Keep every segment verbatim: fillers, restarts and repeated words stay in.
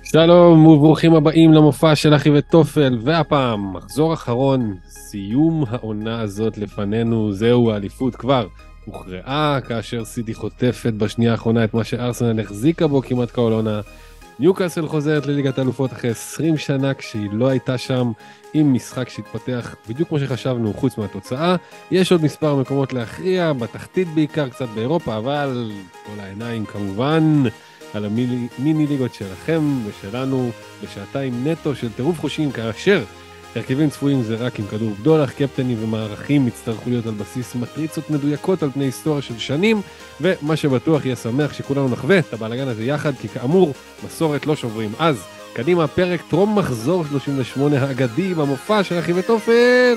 שלום וברוכים הבאים למופע של אחי וטופל, והפעם מחזור אחרון, סיום העונה הזאת לפנינו. זהו, האליפות כבר הוכרעה כאשר סיטי חוטפת בשנייה האחרונה את מה שארסנל החזיקה בו כמעט כל עונה. ניוקאסל חוזרת לליגת האלופות אחרי עשרים שנה כשהיא לא הייתה שם, עם משחק שהתפתח בדיוק כמו שחשבנו חוץ מהתוצאה. יש עוד מספר מקומות להכריע, בתחתית בעיקר, קצת באירופה, אבל כל העיניים כמובן על המיני ליגות שלכם ושלנו בשעתיים נטו של טירוף חושים, כאשר הרכבים צפויים זה רק עם כדור בדולח, קפטנים ומערכים יצטרכו להיות על בסיס מטריצות מדויקות על פני היסטוריה של שנים, ומה שבטוח יהיה שמח שכולנו נחווה את הבלגן הזה יחד, כי כאמור מסורת לא שוברים. אז קדימה, פרק טרום מחזור שלושים ושמונה האגדי במופע של אחי וטופל.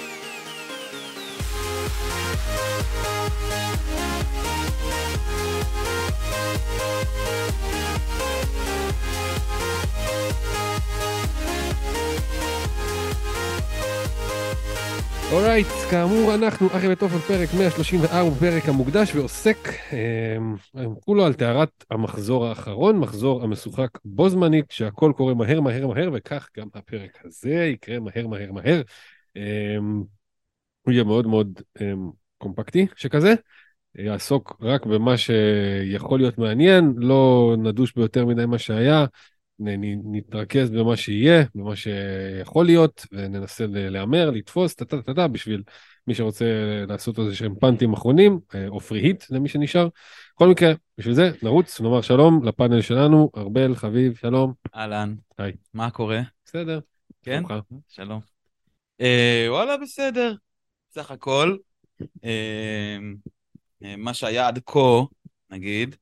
אורייט, כאמור אנחנו אחי וטופל פרק מאה שלושים וארבע, פרק המוקדש ועוסק אה, כולו על תארת המחזור האחרון, מחזור המשוחק בו זמנית שהכל קורה מהר מהר מהר, וכך גם הפרק הזה יקרה מהר מהר מהר. אה, הוא יהיה מאוד מאוד אה, קומפקטי שכזה, יעסוק רק במה שיכול להיות מעניין, לא נדוש ביותר מדי מה שהיה, נתרכז במה שיהיה, במה שיכול להיות, וננסה להמר, לתפוס, תתה, בשביל מי שרוצה לעשות איזה שהם פנטים אחרונים, או פרי-היט למי שנשאר. בכל מקרה, בשביל זה נרוץ, נאמר שלום לפאנל שלנו, ארבל, חביב, שלום. אהלן. היי. מה קורה? בסדר. כן? שלומך. שלום. אה, וואלה, בסדר. סך הכל, אה, אה, מה שהיה עד כה, נגיד,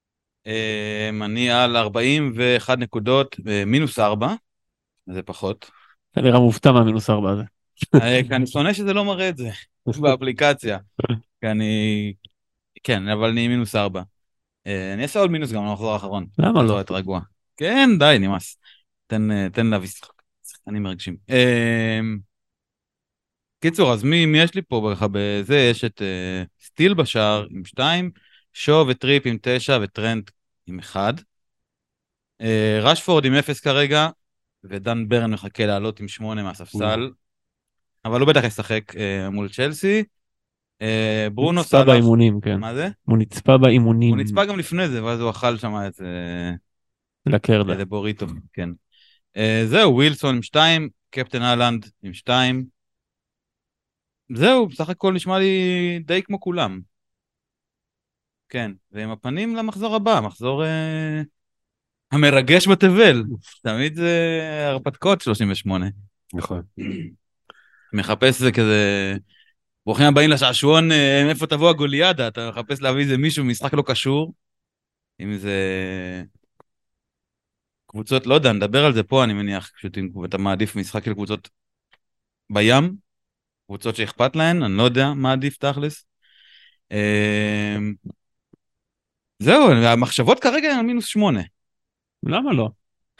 אה, אני על ארבעים ואחת נקודות, אה, מינוס ארבע, זה פחות. אתה נראה מופתע מהמינוס ארבע הזה. אה, כי אני שונא שזה לא מראה את זה באפליקציה. כי אני... כן, אבל אני מינוס ארבע. אה, אני אעשה עוד מינוס גם למחזור האחרון. למה לא? אתה רגוע. כן, די, נמאס. תן, אה, תן להביא שחק. שחקנים מרגשים. אה, קיצור, אז מי, מי יש לי פה ככה בזה? יש את uh, סטיל בשער עם שתיים, שו וטריפ עם תשע וטרנט עם אחד. Uh, רשפורד עם אפס כרגע, ודן ברן מחכה לעלות עם שמונה מהספסל, אבל הוא בטח ישחק uh, מול צ'לסי. Uh, ברונו נצפה סלאח... באימונים, כן. מה זה? הוא נצפה באימונים. הוא נצפה גם לפני זה, ואז הוא אכל שם את זה... לקרדה. איזה בוריטו, כן. Uh, זהו, ווילסון עם שתיים, קפטן אהלנד עם שתיים. זהו, בסך הכל נשמע לי די כמו כולם. כן, ועם הפנים למחזור הבא, מחזור אה, המרגש בתבל. תמיד זה הרפתקות שלושים ושמונה. נכון. מחפש זה כזה, ברוכים הבאים לשעשועון, אה, איפה תבוא הגוליאדה, אתה מחפש להביא איזה מישהו משחק לא קשור, אם זה קבוצות, לא יודע, נדבר על זה פה, אני מניח, פשוט אם אתה מעדיף משחק של קבוצות בים, קבוצות שאכפת להן, אני לא יודע מה עדיף תכלס. אה, זהו, המחשבות כרגע הן מינוס שמונה. למה לא?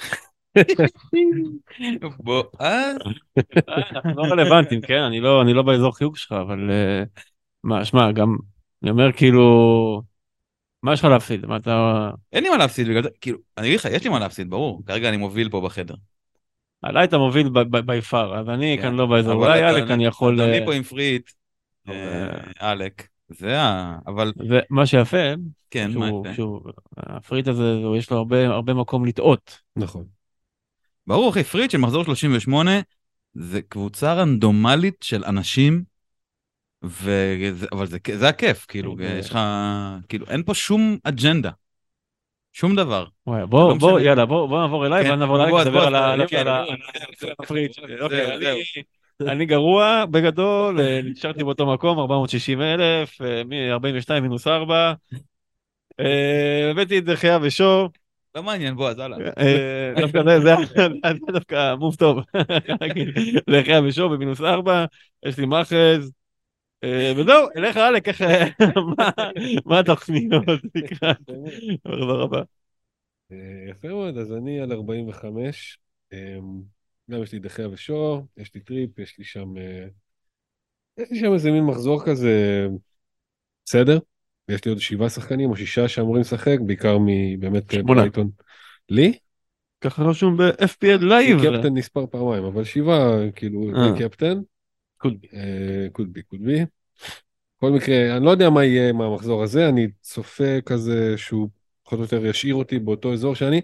בוא, אה? אנחנו לא רלוונטיים, כן? אני לא, אני לא באזור חיוג שלך, אבל... אה, מה, שמע, גם... אני אומר כאילו... מה יש לך להפסיד? מה אתה... אין לי מה להפסיד בגלל זה, כאילו, אני אגיד לך, יש לי מה להפסיד, ברור, כרגע אני מוביל פה בחדר. עליי אתה מוביל ביפר, אז אני כן. כאן לא באזור. אבל אולי אתה- אלק אני יכול... אדוני אה, פה עם פריט, אה, אלק, זה ה... אבל, ומה שיפה, כן, מה שהוא, יפה? שהוא, הפריט הזה, הוא- יש לו הרבה, הרבה מקום לטעות. נכון. ברור, אחי, פריט של מחזור שלושים ושמונה, זה קבוצה רנדומלית של אנשים, וזה, אבל זה, זה הכיף, כאילו, זה- יש לך, כאילו, אין פה שום אג'נדה, שום דבר. וואי, בוא, לא בוא, משנה. יאללה, בוא, בוא נעבור אליי, כן, ואז נעבור בוא, אליי, אז נדבר בוא, על ה... אז על ה- יאללה, על זהו, הפריט. זהו, אוקיי, זהו. אני- אני גרוע בגדול, אה, נשארתי באותו מקום, ארבע מאות ושישים אלף, אה, מ-ארבעים ושתיים מינוס ארבע, אה, הבאתי את דחיה ושור, לא מעניין, בוא, אז הלאה. אה, דווקא זה, זה זה דווקא מוב טוב, דחיה ושור במינוס ארבע, יש לי מחז, אה, וזהו, אליך אלק, איך, מה- מה התוכניות לקראת, תודה רבה. אה, יפה מאוד, אז אני על ארבעים וחמש, אה, גם יש לי דחיה ושור, יש לי טריפ, יש לי שם, אה, יש לי שם איזה מין מחזור כזה, בסדר? ויש לי עוד שבעה שחקנים או שישה שאמורים לשחק, בעיקר מבאמת שמונה. ברייטון. לי? ככה רשום ב-אף פי אל לייב. קפטן נספר פעמיים, אבל שבעה, כאילו, אה. זה קפטן. קולבי. קולבי, קולבי. בכל מקרה, אני לא יודע מה יהיה מהמחזור הזה, אני צופה כזה שהוא פחות או יותר ישאיר אותי באותו אזור שאני,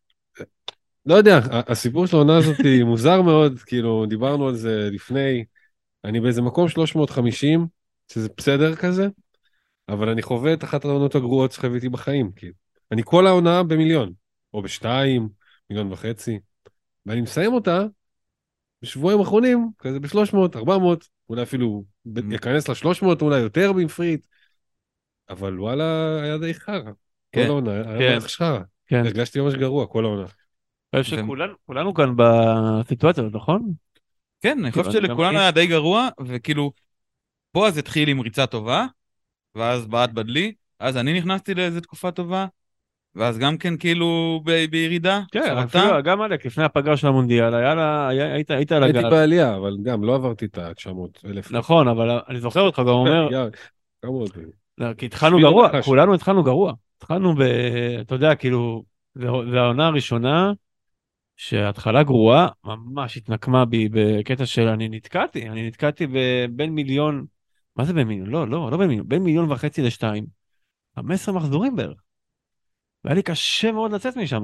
לא יודע, הסיפור של העונה הזאת היא מוזר מאוד, כאילו, דיברנו על זה לפני, אני באיזה מקום שלוש מאות וחמישים, שזה בסדר כזה, אבל אני חווה את אחת העונות הגרועות שחוויתי בחיים, כאילו. אני כל העונה במיליון, או בשתיים, מיליון וחצי, ואני מסיים אותה בשבועיים האחרונים, כזה ב-שלוש מאות, ארבע מאות, אולי אפילו ייכנס ל-שלוש מאות, אולי יותר במפריט, אבל וואלה, היה די חרא. כל כן, העונה, היה כן, מלך חרא. כן. הרגשתי ממש גרוע, כל העונה. אני חושב שכולנו כאן בסיטואציה הזאת, נכון? כן, אני חושב כאילו, אני גם- שלכולנו היה די גרוע, וכאילו, פה אז התחיל עם ריצה טובה, ואז בעט בדלי, אז אני נכנסתי לאיזו תקופה טובה, ואז גם כן כאילו ב- בירידה, כן, חרטה. אפילו גם עלק, לפני הפגרה של המונדיאל, היה לה, היה- היית היית על הייתי הגל. בעלייה, אבל גם לא עברתי את ה-תשע מאות אלף. נכון, אבל אני זוכר אותך גם אומר, יא, כמה עוד? לא, כי התחלנו שביל גרוע, הנחש. כולנו התחלנו גרוע. התחלנו ב... אתה יודע, כאילו, זה זה העונה הראשונה שההתחלה גרועה, ממש התנקמה בי בקטע של אני נתקעתי, אני נתקעתי בין מיליון, מה זה בין מיליון? לא, לא, לא בין מיליון, בין מיליון וחצי לשתיים. חמש עשרה מחזורים בערך. והיה לי קשה מאוד לצאת משם.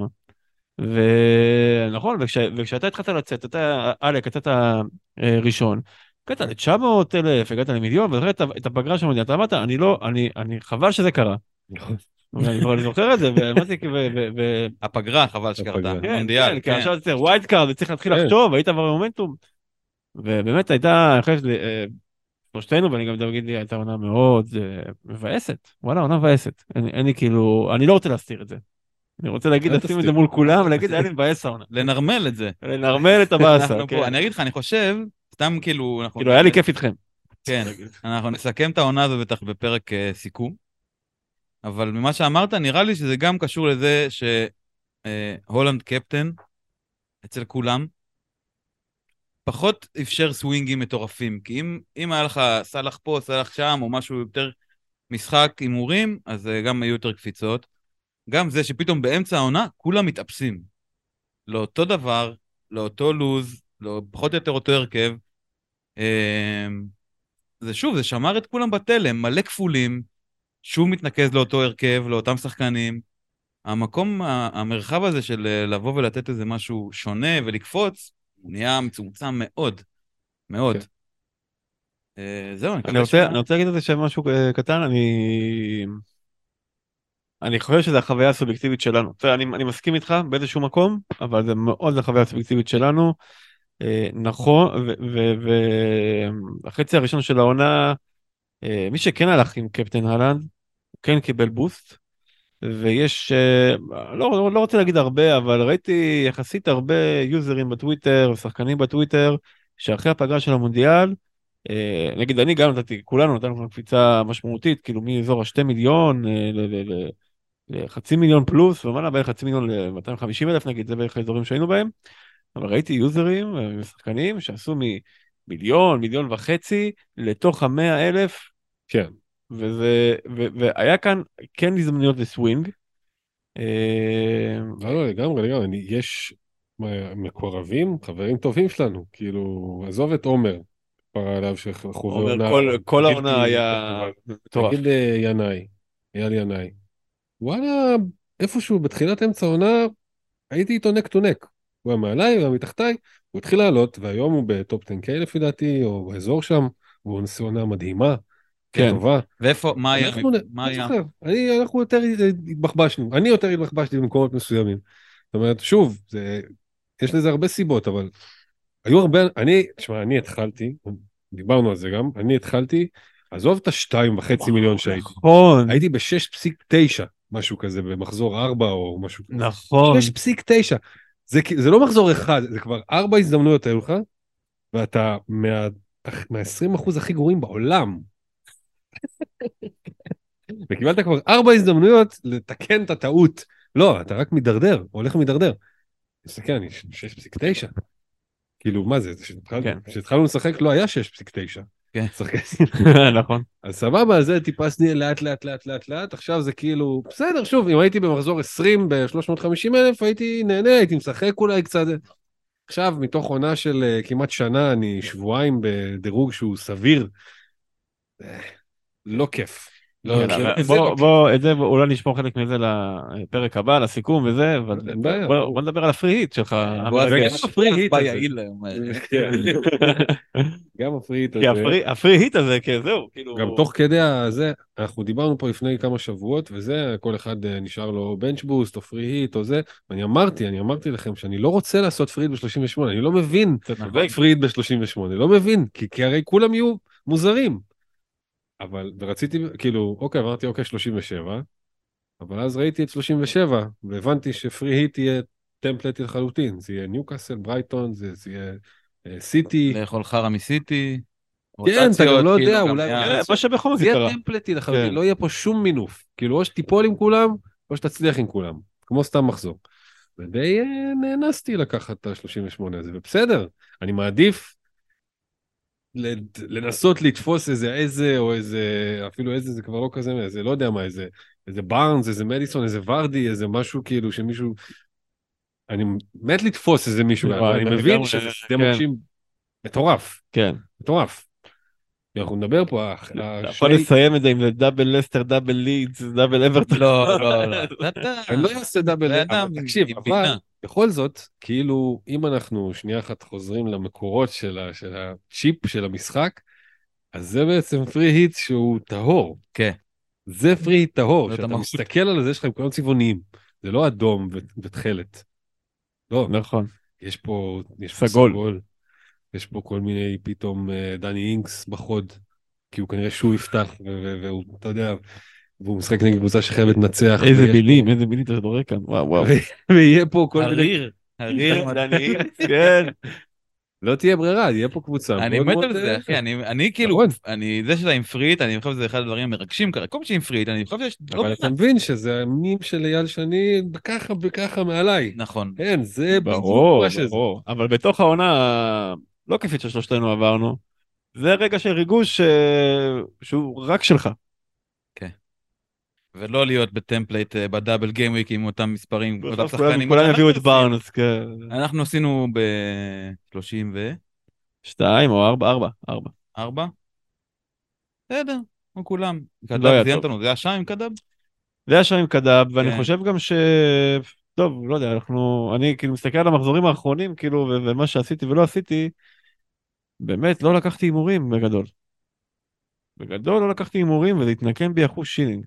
ונכון, וכש... וכשאתה התחלת לצאת, אתה, אלק, יצאת ראשון, הגעת ל-תשע מאות אלף, הגעת למיליון, ואתה את, את הפגרה שם, אתה אמרת, אני לא, אני, אני, חבל שזה קרה. ואני כבר זוכר את זה, ואמרתי, ו... ו... ו... הפגרה, חבל שקרתה. כן, מונדיאל, כן, כי עכשיו זה צריך ווילד קארד, וצריך להתחיל כן. לחשוב, היית כבר במומנטום. ובאמת הייתה, אני חושב, אה, שלושתנו, ואני גם אגיד לי, הייתה עונה מאוד אה, מבאסת. וואלה, עונה מבאסת. אין אין לי כאילו, אני לא רוצה להסתיר את זה. אני רוצה להגיד, אל לשים את תסתיר. זה מול כולם, ולהגיד, היה לי מבאס העונה. לנרמל את זה. לנרמל את הבאסה, אנחנו כן. פה, אני אגיד לך, אני חושב, סתם כאילו... אנחנו- כאילו, היה לי כיף איתכם. כן, אנחנו נסכם את העונה הזו בטח בפרק אה, סיכום, אבל ממה שאמרת, נראה לי שזה גם קשור לזה שהולנד קפטן, אצל כולם, פחות אפשר סווינגים מטורפים, כי אם, אם היה לך סלח פה, סלח שם, או משהו יותר משחק הימורים, אז אה, גם היו יותר קפיצות. גם זה שפתאום באמצע העונה, כולם מתאפסים. לאותו דבר, לאותו לוז, לא, פחות או יותר אותו הרכב. אה, זה שוב, זה שמר את כולם בתלם, מלא כפולים, שוב מתנקז לאותו הרכב, לאותם שחקנים. המקום, ה- המרחב הזה של אה, לבוא ולתת איזה משהו שונה ולקפוץ, הוא נהיה מצומצם מאוד, מאוד. כן. אה, זהו, אני אני מקווה רוצה, ש- אני רוצה להגיד את זה משהו אה, קטן, אני... אני חושב שזו החוויה הסובייקטיבית שלנו. בסדר, אני, אני מסכים איתך באיזשהו מקום, אבל זה מאוד החוויה הסובייקטיבית שלנו. אה, נכון, והחצי הראשון של העונה, אה, מי שכן הלך עם קפטן הלנד, הוא כן קיבל בוסט, ויש, אה, לא, לא רוצה להגיד הרבה, אבל ראיתי יחסית הרבה יוזרים בטוויטר, ושחקנים בטוויטר, שאחרי הפגרה של המונדיאל, אה, נגיד אני גם נתתי, כולנו נתנו קפיצה משמעותית, כאילו מאזור השתי מיליון, אה, ל- ל- ל- לחצי מיליון פלוס, ומעלה בערך חצי מיליון ל-מאתיים וחמישים אלף נגיד, זה בערך האזורים שהיינו בהם, אבל ראיתי יוזרים אה, ושחקנים שעשו ממיליון, מיליון וחצי, לתוך המאה אלף, כן. וזה, ו, והיה כאן כן הזדמנויות לסווינג. אה, לא, לא, לגמרי, לגמרי. אני- יש אה, מקורבים, חברים טובים שלנו, כאילו, עזוב את עומר, פרה עליו שחווה אומר, עונה... כל- כל בלתי העונה היה טובה. מטורף. נגיד אה, ינאי, אייל ינאי. וואלה, איפשהו בתחילת אמצע העונה, הייתי איתו נק טו נק. הוא היה מעליי, הוא היה מתחתיי, הוא התחיל לעלות, והיום הוא בטופ עשר קיי לפי דעתי, או באזור שם, והוא נשיא עונה מדהימה, כן. טובה. ואיפה, מה היה? אנחנו, מה לא היה? זוכר, אני, אנחנו יותר התבחבשנו, אני יותר התבחבשתי במקומות מסוימים. זאת אומרת, שוב, זה, יש לזה הרבה סיבות, אבל היו הרבה, אני, תשמע, אני התחלתי, דיברנו על זה גם, אני התחלתי, עזוב את השתיים וחצי מיליון שהייתי, נכון, הייתי ב-שש פסיק תשע, משהו כזה, במחזור ארבע או משהו כזה. נכון. שש פסיק תשע, זה, זה לא מחזור אחד, זה כבר ארבע הזדמנויות היו לך, ואתה מה, מה-עשרים אחוז הכי גרועים בעולם. וקיבלת כבר ארבע הזדמנויות לתקן את הטעות. לא, אתה רק מדרדר, הולך מדרדר. תסתכל, אני שש פסיק תשע. כאילו, מה זה? כן. כשהתחלנו לשחק לא היה שש פסיק תשע. כן. שחקנים. נכון. אז סבבה, אז זה טיפסני לאט לאט לאט לאט לאט, עכשיו זה כאילו, בסדר, שוב, אם הייתי במחזור עשרים ב-שלוש מאות וחמישים אלף, הייתי נהנה, הייתי משחק אולי קצת. עכשיו, מתוך עונה של אה, כמעט שנה, אני שבועיים בדירוג שהוא סביר. אה, לא כיף. לא, כן, זה- אבל זה לא בוא, כיף. בוא, את זה בוא- אולי נשמור חלק מזה לפרק הבא, לסיכום וזה, אבל אין בעיה. בוא בוא נדבר על הפרי היט שלך. בוא, אז המרגש. גם הפרי הפרי היט היט הזה. יעיל היום. כן. גם הפריט כי הזה. הפרי- הפרי היט הזה, כן, זהו, כאילו... גם תוך כדי הזה, אנחנו דיברנו פה לפני כמה שבועות, וזה, כל אחד אה, נשאר לו בנץ' בוסט או פרי היט או זה, ואני אמרתי, אני אמרתי לכם שאני לא רוצה לעשות פרי היט ב-שלושים ושמונה, אני לא מבין פרי היט ב-שלושים ושמונה, לא מבין, כי, כי הרי כולם יהיו מוזרים. אבל, ורציתי, כאילו, אוקיי, אמרתי, אוקיי, שלושים ושבע, אבל אז ראיתי את שלושים ושבע, והבנתי שפרי היט יהיה טמפלט לחלוטין, זה יהיה ניוקאסל, ברייטון, זה, זה יהיה אה, סיטי, לאכול חרא מסיטי. כן, אתה גם לא יודע, כאילו, גם אולי... היה- אה, מה שבכל זה מקרה יהיה קרה. טמפלטי לחלוטין, כן. לא יהיה פה שום מינוף. כאילו, או שתיפול עם כולם, או שתצליח עם כולם. כמו סתם מחזור. ודי אה, נאנסתי לקחת את ה-שלושים ושמונה הזה, ובסדר, אני מעדיף לד- לנסות לתפוס איזה איזה, או איזה, אפילו איזה, זה כבר לא כזה, איזה, לא יודע מה, איזה, איזה בארנס, איזה מדיסון, איזה ורדי, איזה משהו כאילו שמישהו... אני מת לתפוס איזה מישהו, וואי, אבל אני זה מבין לגמרי, שזה שדה כן. מוקשים מטורף, כן. מטורף. אנחנו נדבר פה, הח- אתה יכול השני... לסיים את זה אם זה דאבל לסטר, דאבל לידס, דאבל אברטון. לא, לא, לא. אתה- אני לא אעשה דאבל, בן אדם אבל תקשיב, עם אבל בינה. בכל זאת, כאילו, אם אנחנו שנייה אחת חוזרים למקורות של, ה, של הצ'יפ של המשחק, אז זה בעצם פרי היט שהוא טהור. כן. זה פרי היט טהור, זאת שאתה המהות. מסתכל על זה, יש לך עם כולם צבעוניים. זה לא אדום ו- ותכלת. לא, נכון. יש פה, יש פה סגול. סגול, יש פה כל מיני פתאום אה, דני אינקס בחוד, כי הוא כנראה שהוא יפתח, ו- ו- והוא, אתה יודע, והוא משחק נגד קבוצה שחייבת לנצח. איזה ויש מילים, פה- איזה מילים אתה זורק כאן, וואו וואו. ויהיה פה כל מיני... הריר. הריר. דני, כן. לא תהיה ברירה, יהיה פה קבוצה. אני מאוד מת מאוד, על זה, אה, אחי, אני, אני כאילו, נכון. אני, זה שאתה עם פריט, אני חושב שזה אחד הדברים המרגשים, כל פעם שעם פריט, אני חושב שיש... אבל אתה מבין שזה המים של אייל שני ככה וככה מעליי. נכון. כן, זה בדיוק ברור, מה שזה. ברור. אבל בתוך העונה לא כיפית ששלושתנו עברנו, זה רגע של ריגוש אה, שהוא רק שלך. ולא להיות בטמפלייט אה, בדאבל גיים וויק עם אותם מספרים, אותם בסוף כולם- שחקנים. כולם אנחנו הביאו את עשינו- בארנס, כן. אנחנו עשינו ב-שלושים וארבע. שתיים או ארבע, ארבע, ארבע. בסדר, כמו כולם. קדב לא היה זיין טוב. אותנו, זה היה שם עם קדב? זה היה שם עם קדב, ואני כן. חושב גם ש... טוב, לא יודע, אנחנו... אני כאילו מסתכל על המחזורים האחרונים, כאילו, ו- ומה שעשיתי ולא עשיתי, באמת לא לקחתי הימורים בגדול. בגדול לא לקחתי הימורים, וזה התנקם בי אחוז שילינג.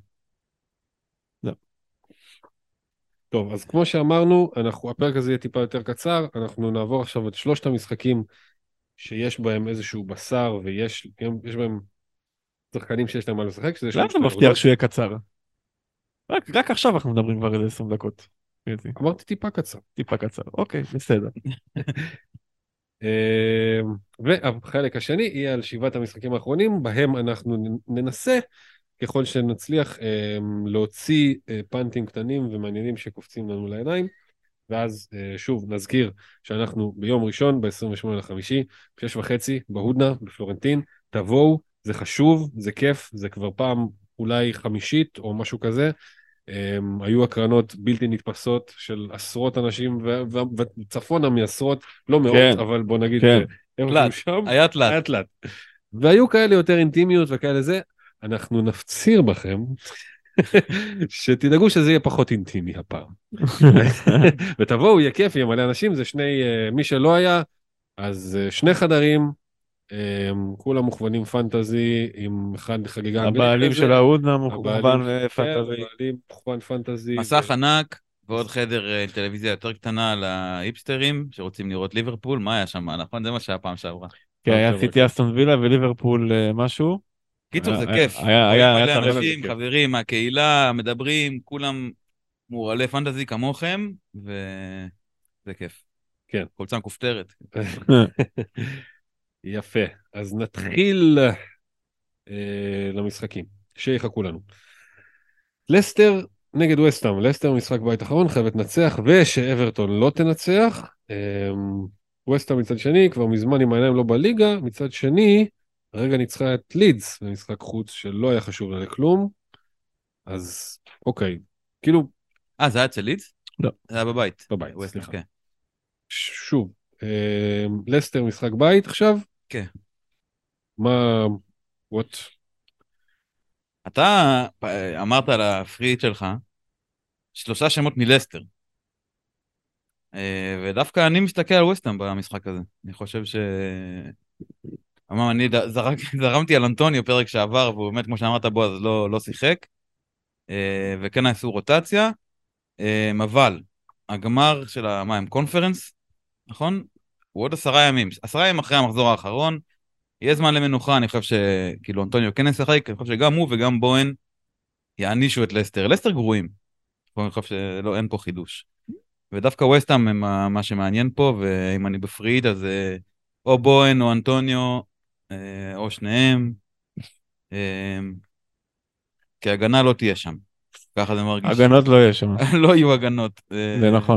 טוב, אז כמו שאמרנו, אנחנו, הפרק הזה יהיה טיפה יותר קצר, אנחנו נעבור עכשיו את שלושת המשחקים שיש בהם איזשהו בשר, ויש יש בהם שחקנים שיש להם מה לשחק, שזה למה שלושת אתה מבטיח העבודות. שהוא יהיה קצר? רק, רק עכשיו אנחנו מדברים כבר איזה עשרים דקות. גברתי. אמרתי טיפה קצר. טיפה קצר. אוקיי, בסדר. אה, והחלק השני יהיה על שבעת המשחקים האחרונים, בהם אנחנו ננסה, ככל שנצליח, אה, להוציא אה, פאנטים קטנים ומעניינים שקופצים לנו לעיניים, ואז אה, שוב נזכיר שאנחנו ביום ראשון, ב-עשרים ושמונה לחמישי, בשש וחצי, בהודנה, בפלורנטין, תבואו, זה חשוב, זה כיף, זה כבר פעם אולי חמישית או משהו כזה, Um, היו הקרנות בלתי נתפסות של עשרות אנשים ו- ו- וצפונה מעשרות, לא מאות, כן, אבל בוא נגיד כן. איפשהו תלת, שם, היה תלת. היה תלת. והיו כאלה יותר אינטימיות וכאלה זה, אנחנו נפציר בכם שתדאגו שזה יהיה פחות אינטימי הפעם. ותבואו, יהיה כיף, יהיה מלא אנשים, זה שני, uh, מי שלא היה, אז uh, שני חדרים, um, כולם מוכוונים פנטזי, עם אחד חגיגה אנגלית הבעלים כזה. של ההודנה מוכוון הבעלים, ופנטזי. כן, הבעלים מוכוון פנטזי. מסך ענק, ועוד חדר אה, טלוויזיה יותר קטנה להיפסטרים, שרוצים לראות ליברפול, מה היה שם, נכון? זה מה שהיה פעם שעברה. כן, היה טוב, סיטי אסטון וילה וליברפול אה, משהו. קיצור, זה היה- כיף. היה- היה- היה מלא טרף, אנשים, זה כיף. חברים מהקהילה, מדברים, כולם מורעלי פנטזי כמוכם, וזה כיף. כן. חולצה מכופתרת. יפה, אז נתחיל אה, למשחקים, שיחכו לנו. לסטר נגד וסטהאם, לסטר משחק בית אחרון, חייבת לנצח, ושאברטון לא תנצח. אה, וסטהאם מצד שני, כבר מזמן עם העיניים לא בליגה, מצד שני, רגע ניצחה את לידס במשחק חוץ שלא היה חשוב לה לכלום, אז אוקיי, כאילו, אה, זה היה אצל לידס? לא. זה היה בבית. בבית, ווסט, סליחה. אוקיי. ש- שוב, אה, לסטר משחק בית עכשיו, כן. מה, what? אתה אמרת על הפריט שלך, שלושה שמות מלסטר. אה, ודווקא אני מסתכל על ווסטהאם במשחק הזה. אני חושב ש... אמר, אני ד- זרק, זרמתי על אנטוניו פרק שעבר, והוא באמת, כמו שאמרת בו, אז לא, לא שיחק. אה, וכן עשו רוטציה. אה, אבל הגמר של ה... מה, הם קונפרנס, נכון? הוא עוד עשרה ימים. עשרה ימים אחרי המחזור האחרון. יהיה זמן למנוחה, אני חושב שכאילו אנטוניו כן ישחק, אני חושב שגם הוא וגם בוהן יענישו את לסטר. לסטר גרועים. אני חושב שלא, אין פה חידוש. ודווקא ווסטהאם הם ה- מה שמעניין פה, ואם אני בפריד, אז אה, או בוהן או אנטוניו, אה, או שניהם, אה, כי הגנה לא תהיה שם. ככה זה מרגיש. הגנות לא יש שם, לא יהיו הגנות. אה, זה נכון.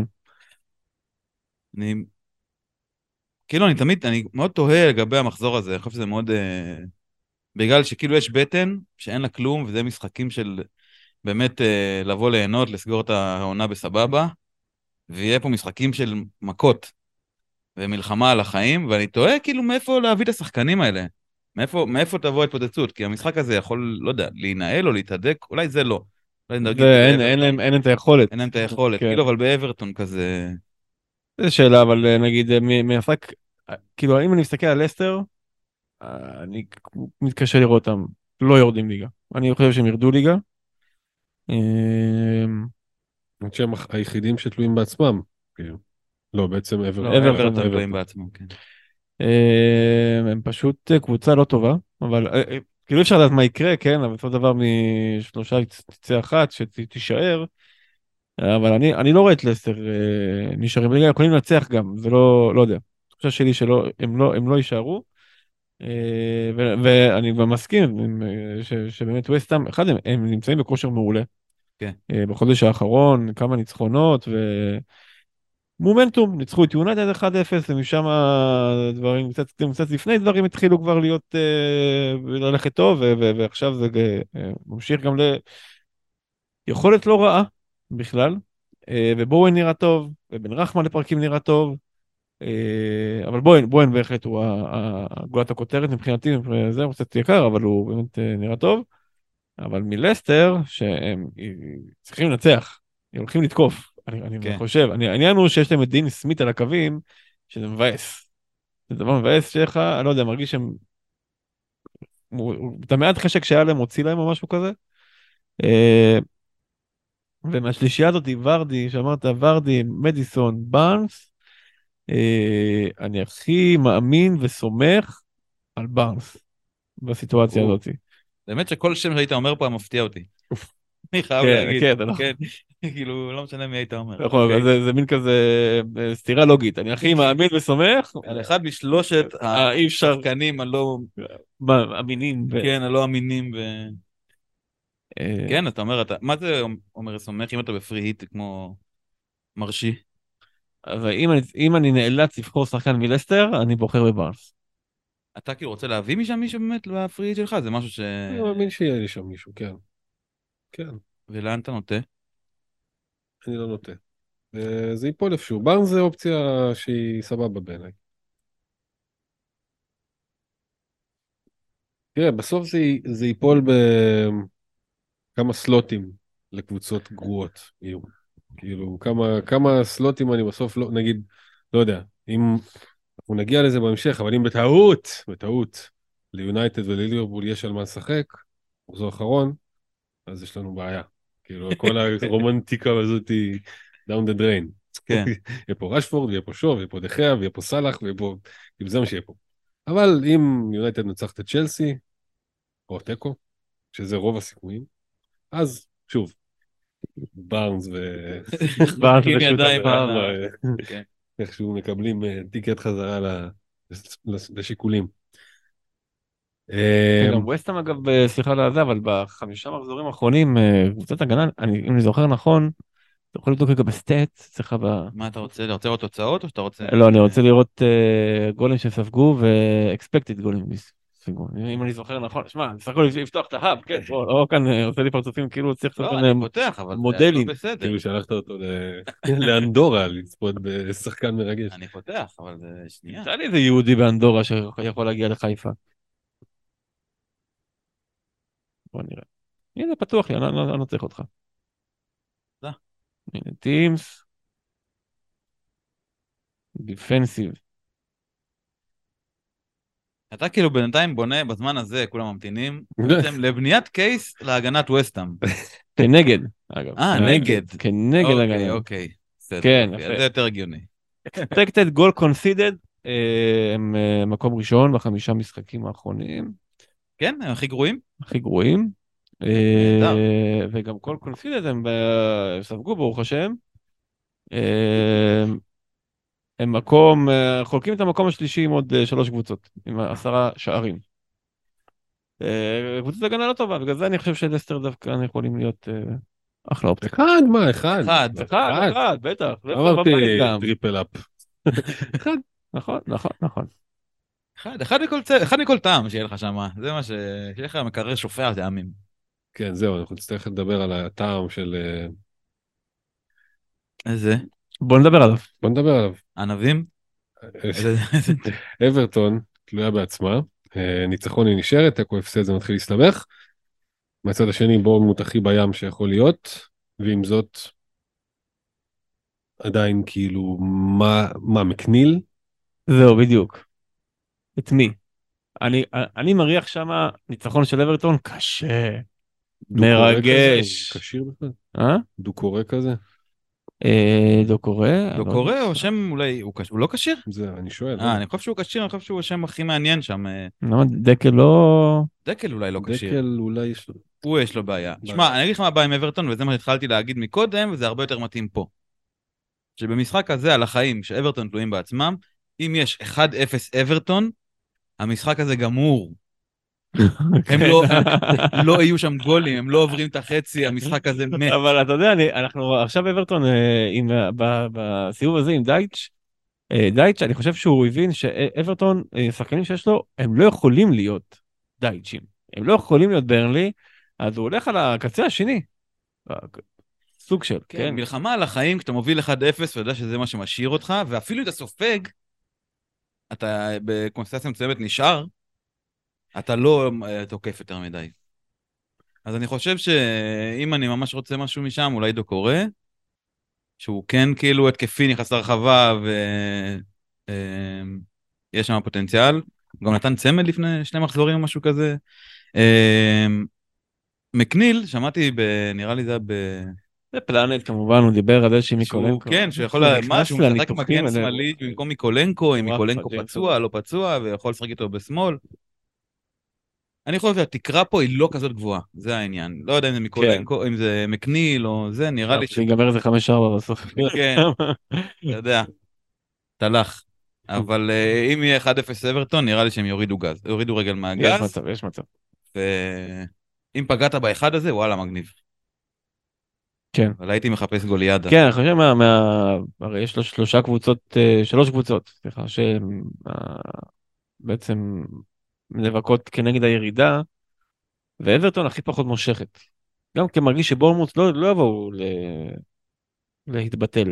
אני... כאילו, אני תמיד, אני מאוד תוהה לגבי המחזור הזה, אני חושב שזה מאוד... אה, בגלל שכאילו יש בטן, שאין לה כלום, וזה משחקים של באמת אה, לבוא ליהנות, לסגור את העונה בסבבה, ויהיה פה משחקים של מכות. ומלחמה על החיים, ואני תוהה כאילו מאיפה להביא את השחקנים האלה. מאיפה, מאיפה תבוא התפוצצות? כי המשחק הזה יכול, לא יודע, להינעל או להתהדק, אולי זה לא. אולי נגיד זה, אין, באברטון. אין להם, אין להם את היכולת. אין להם את היכולת, כן. כאילו, אבל באברטון כזה... זו שאלה, אבל אה, נגיד, אה, מ- מהמשחק, אה, כאילו, אם אני מסתכל על לסטר, אה, אני מתקשה לראות אותם לא יורדים ליגה. אני חושב שהם ירדו ליגה. אה, אני חושב שהם היחידים שתלויים בעצמם, כאילו. לא, בעצם לא, אברטון. אברטון, אברטון אברטון. תלויים בעצמם, כן. אה, הם פשוט אה, קבוצה לא טובה, אבל אה, אה, כאילו אי אפשר לדעת מה יקרה, כן, אבל בסופו של דבר משלושה תצא אחת שתישאר, אבל אני, אני לא רואה את לסטר אה, נשארים בליגה, יכולים לנצח גם, זה לא, לא יודע. התחושה שלי שלא, הם לא, הם לא יישארו, אה, ו- ואני גם מסכים עם, אה, ש, שבאמת וסטהאם, אחד, הם, הם נמצאים בכושר מעולה. כן. אה, בחודש האחרון, כמה ניצחונות, מומנטום, ניצחו את יונייטד אחד אפס, ומשם דברים, קצת, קצת לפני דברים התחילו כבר להיות, אה, ללכת טוב, ו- ו- ועכשיו זה אה, ממשיך גם ליכולת לא רעה בכלל, אה, ובואן נראה טוב, ובן רחמן לפרקים נראה טוב, אה, אבל בואן, בואן בהחלט הוא ה- ה- גולת הכותרת מבחינתי, זה הוא קצת יקר, אבל הוא באמת אה, נראה טוב, אבל מלסטר, שהם אה, צריכים לנצח, הם הולכים לתקוף. אני, אני כן. חושב, אני, העניין הוא שיש להם את דין סמית על הקווים, שזה מבאס. זה דבר מבאס שלך, אני לא יודע, מרגיש שהם... הוא- הוא- את המעט חשק שהיה להם הוציא להם או משהו כזה. אה, ומהשלישייה הזאת, ורדי, שאמרת, ורדי, מדיסון, בארנס, אה, אני הכי מאמין וסומך על בארנס בסיטואציה הוא- הזאת. באמת שכל שם שהיית אומר פה מפתיע אותי. אני חייב כן, להגיד. כן, זה נכון. כן, כאילו, לא משנה מי היית אומר. נכון, אוקיי. זה, זה מין כזה אה, סתירה לוגית, אני הכי מאמין וסומך, על אחד משלושת אה, אי אפשר, השחקנים הלא... מאמינים, ו- כן, הלא אמינים ו... אה, כן, אתה אומר, אתה... מה זה אומר סומך אם אתה בפרי היט כמו מרשי? אבל אם אני, אם אני נאלץ לבחור שחקן מלסטר, אני בוחר בבארנס. אתה כאילו רוצה להביא משם מישהו באמת בפרי היט שלך? זה משהו ש... אני מאמין שיהיה לי שם מישהו, כן. כן, ולאן אתה נוטה? אני לא נוטה. אה, זה ייפול איפשהו. בארנס זה אופציה שהיא סבבה בעיניי. תראה, בסוף זה, י- זה ייפול בכמה סלוטים לקבוצות גרועות יהיו. כאילו, כמה, כמה סלוטים אני בסוף לא, נגיד, לא יודע, אם אנחנו נגיע לזה בהמשך, אבל אם בטעות, בטעות, ליונייטד ולליברפול יש על מה לשחק, מחזור אחרון, אז יש לנו בעיה. כאילו, כל הרומנטיקה הזאת היא down the drain. כן. יהיה פה רשפורד, ויהיה פה שוב, ויהיה פה דחיה, ויהיה פה סלאח, ויהיה פה... כאילו, זה מה שיהיה פה. אבל אם יונייטד נצחת את צ'לסי, או תיקו, שזה רוב הסיכויים, אז, שוב, בארנס ו... בארנס עם ושוטה ידיים בארנס. על ה- כן. איכשהו מקבלים אה, טיקט חזרה ל- לש- לשיקולים. אה, גם ווסטהאם אגב, אה, סליחה על זה, אבל בחמישה מחזורים האחרונים, אה, קבוצת הגנה, אני, אם אני זוכר נכון, אתה יכול לבדוק רגע בסטאט, צריך ב... מה אתה רוצה? אתה רוצה לראות תוצאות או שאתה רוצה... לא, אני רוצה לראות אה, גולים שספגו ו-expected גולים ספגו, אם אני זוכר נכון, שמע, אני סך הכל לפתוח את ההאב, כן, לא כאן עושה לי פרצופים, כאילו צריך לא, לעשות אני פותח, אבל זה מודלים. לא בסדר. כאילו שלחת אותו ל- לאנדורה לצפות בשחקן מרגש. אני פותח, אבל זה שנייה. תראה לי איזה יהודי באנדורה שיכול להגיע לחיפה. בוא נראה. הנה, פתוח לי, אני לא צריך אותך. תודה. הנה, טימס. דיפנסיב. אתה כאילו בינתיים בונה בזמן הזה, כולם ממתינים, בעצם לבניית קייס להגנת וסטאם. כנגד, אגב. אה, נגד. כנגד אוקיי, הגנה. אוקיי. בסדר, כן, יופי, יפה. אז זה יותר הגיוני. expected goal conceded, אה, הם אה, מקום ראשון בחמישה משחקים האחרונים, כן, הם הכי גרועים? הכי גרועים. נהדר. אה, וגם כל conceded הם אה, ספגו ברוך השם. אה, הם מקום, אה, חולקים את המקום השלישי עם עוד אה, שלוש קבוצות, עם עשרה שערים. אה, קבוצת הגנה לא טובה, בגלל זה אני חושב שלסטר דווקא יכולים להיות אה, אחלה אופציה. אחד, מה, אחד? אחד. אחד, אחד, בטח. אמרתי גם. טריפל אפ. אחד. נכון, נכון, נכון. אחד, אחד מכל צ... אחד מכל טעם שיהיה לך שם, זה מה ש... שיהיה לך מקרר שופע טעמים. כן, זהו, אנחנו נצטרך לדבר על הטעם של... אה, איזה? בוא נדבר עליו. בוא נדבר עליו. ענבים? איזה- אברטון תלויה בעצמה, אה, ניצחון היא נשארת, תיקו הפסד זה מתחיל להסתבך. מהצד השני בורנמוט הכי בים שיכול להיות, ועם זאת עדיין כאילו מה, מה מקניל? זהו, בדיוק. את מי? אני, אני מריח שמה ניצחון של אברטון קשה, דו-קורא מרגש. כזה? כשיר בכלל? אה? דו-קורא כזה? אה, דו קורא? לא קורא או שם אולי, הוא קש- הוא לא כשיר? זה, אני שואל. אה, אני חושב שהוא כשיר, אני חושב שהוא השם הכי מעניין שם. אה, למה דקל לא... דקל אולי לא כשיר. דקל אולי יש לו... הוא יש לו בעיה. בעיה. שמע, אני אגיד לך מה הבעיה עם אברטון, וזה מה שהתחלתי להגיד מקודם, וזה הרבה יותר מתאים פה. שבמשחק הזה על החיים, שאברטון תלויים בעצמם, אם יש אחד אפס אברטון, המשחק הזה גמור. הם לא, לא יהיו שם גולים, הם לא עוברים את החצי, המשחק הזה מת. אבל אתה יודע, אני, אנחנו עכשיו אברטון אה, עם, ב- בסיבוב הזה עם דייטש, אה, דייטש, אני חושב שהוא הבין שאברטון, אה, שחקנים שיש לו, הם לא יכולים להיות דייטשים. הם לא יכולים להיות ברנלי, אז הוא הולך על הקצה השני. סוג של, כן, כן. מלחמה על החיים, כשאתה מוביל אחד אפס, ואתה יודע שזה מה שמשאיר אותך, ואפילו אם אתה סופג, אתה בקונסטנציה מצוינת נשאר, אתה לא אה, תוקף יותר מדי. אז אני חושב שאם אני ממש רוצה משהו משם, אולי דו קורא, שהוא כן כאילו התקפי, נכנס לרחבה, ויש שם פוטנציאל. הוא גם נתן צמד לפני שני מחזורים או משהו כזה. אה, מקניל, שמעתי, ב... נראה לי זה היה ב... זה פלנט כמובן, הוא דיבר על זה שהיא שהוא, מיקולנקו. כן, שהוא יכול, משהו, הוא משחק מגן שמאלי במקום מיקולנקו, אם מיקולנקו פצוע, לא פצוע, ויכול לשחק איתו בשמאל. אני חושב שהתקרה פה היא לא כזאת גבוהה, זה העניין. לא יודע אם זה מיקולנקו, אם זה מקניל או זה, נראה לי ש... שיגמר איזה חמש ארבע בסוף. כן, אתה יודע, תלך. אבל אם יהיה אחד אפס אברטון, נראה לי שהם יורידו גז, יורידו רגל מהגז. יש מצב, יש מצב. ואם פגעת באחד הזה, וואלה, מגניב. כן. אבל הייתי מחפש גוליאדה. כן, אני חושב מה... מה... הרי יש לו שלושה קבוצות, שלוש קבוצות, סליחה, שבעצם נאבקות כנגד הירידה, ואברטון הכי פחות מושכת. גם כי מרגיש שבורנמוט לא, לא יבואו ל... להתבטל.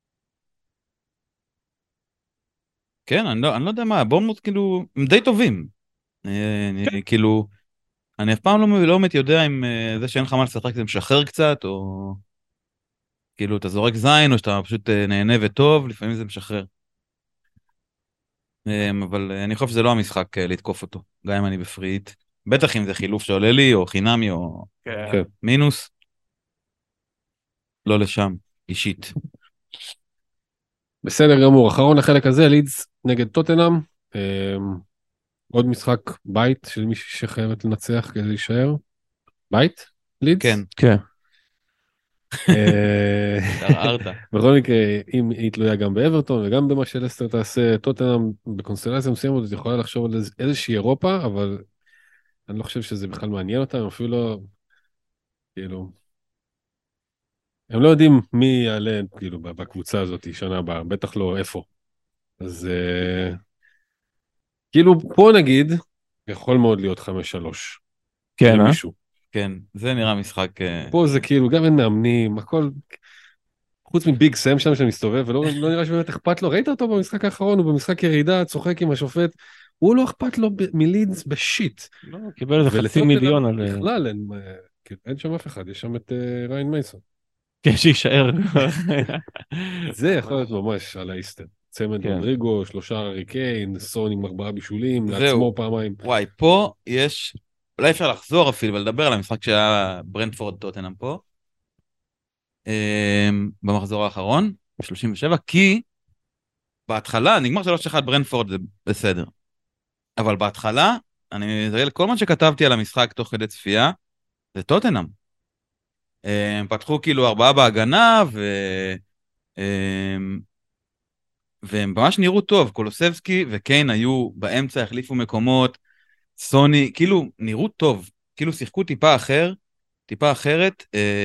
כן, אני לא, אני לא יודע מה, בורנמוט כאילו, הם די טובים. אני, כן. כאילו, אני אף פעם לא, לא באמת יודע אם זה שאין לך מה לשחק זה משחרר קצת, או כאילו אתה זורק זין, או שאתה פשוט נהנה וטוב, לפעמים זה משחרר. אבל אני חושב שזה לא המשחק לתקוף אותו, גם אם אני בפריט. בטח אם זה חילוף שעולה לי, או חינמי, או כן. מינוס. לא לשם, אישית. בסדר גמור, אחרון החלק הזה, לידס נגד טוטנאם. עוד משחק בית של מישהי שחייבת לנצח כדי להישאר. בית? לידס? כן. כן. הרערת. בכל מקרה, אם היא תלויה גם באברטון וגם במה שלסטר תעשה, טוטנאם בקונסטלציה מסוימת, את יכולה לחשוב על איזושהי אירופה, אבל אני לא חושב שזה בכלל מעניין אותם, אפילו לא, כאילו, הם לא יודעים מי יעלה, כאילו, בקבוצה הזאת שנה הבאה, בטח לא איפה. אז כאילו, פה נגיד, יכול מאוד להיות חמש שלוש. כן, אה? למישהו. כן, זה נראה משחק... אה, פה זה כאילו, גם אין מאמנים, הכל... חוץ מביג סם שם שמסתובב, ולא לא נראה שבאמת אכפת לו. ראית אותו במשחק האחרון, הוא במשחק ירידה, צוחק עם השופט, הוא לא אכפת לו ב- מלידס בשיט. לא, קיבל איזה חצי ולטוטנהאם מיליון על... בכלל אין, אה, כאילו, אין שם אף אחד, יש שם את אה, ריין מייסון. כן, שיישאר. זה יכול להיות ממש על האיסטר. צמד כן. רודריגו, שלושה הארי קיין, סון עם ארבעה בישולים, זהו. לעצמו פעמיים. וואי, פה יש... אולי אפשר לחזור אפילו ולדבר על המשחק שהיה ברנדפורד טוטנהאם פה. אה, במחזור האחרון, ב-שלושים ושבע, כי בהתחלה, נגמר שלוש אחד ברנדפורד, זה בסדר. אבל בהתחלה, אני... זה כל מה שכתבתי על המשחק תוך כדי צפייה, זה טוטנהאם. הם פתחו כאילו ארבעה בהגנה, ו... והם ממש נראו טוב. קולוסבסקי וקיין היו באמצע, החליפו מקומות, סוני, כאילו נראו טוב, כאילו שיחקו טיפה אחר, טיפה אחרת,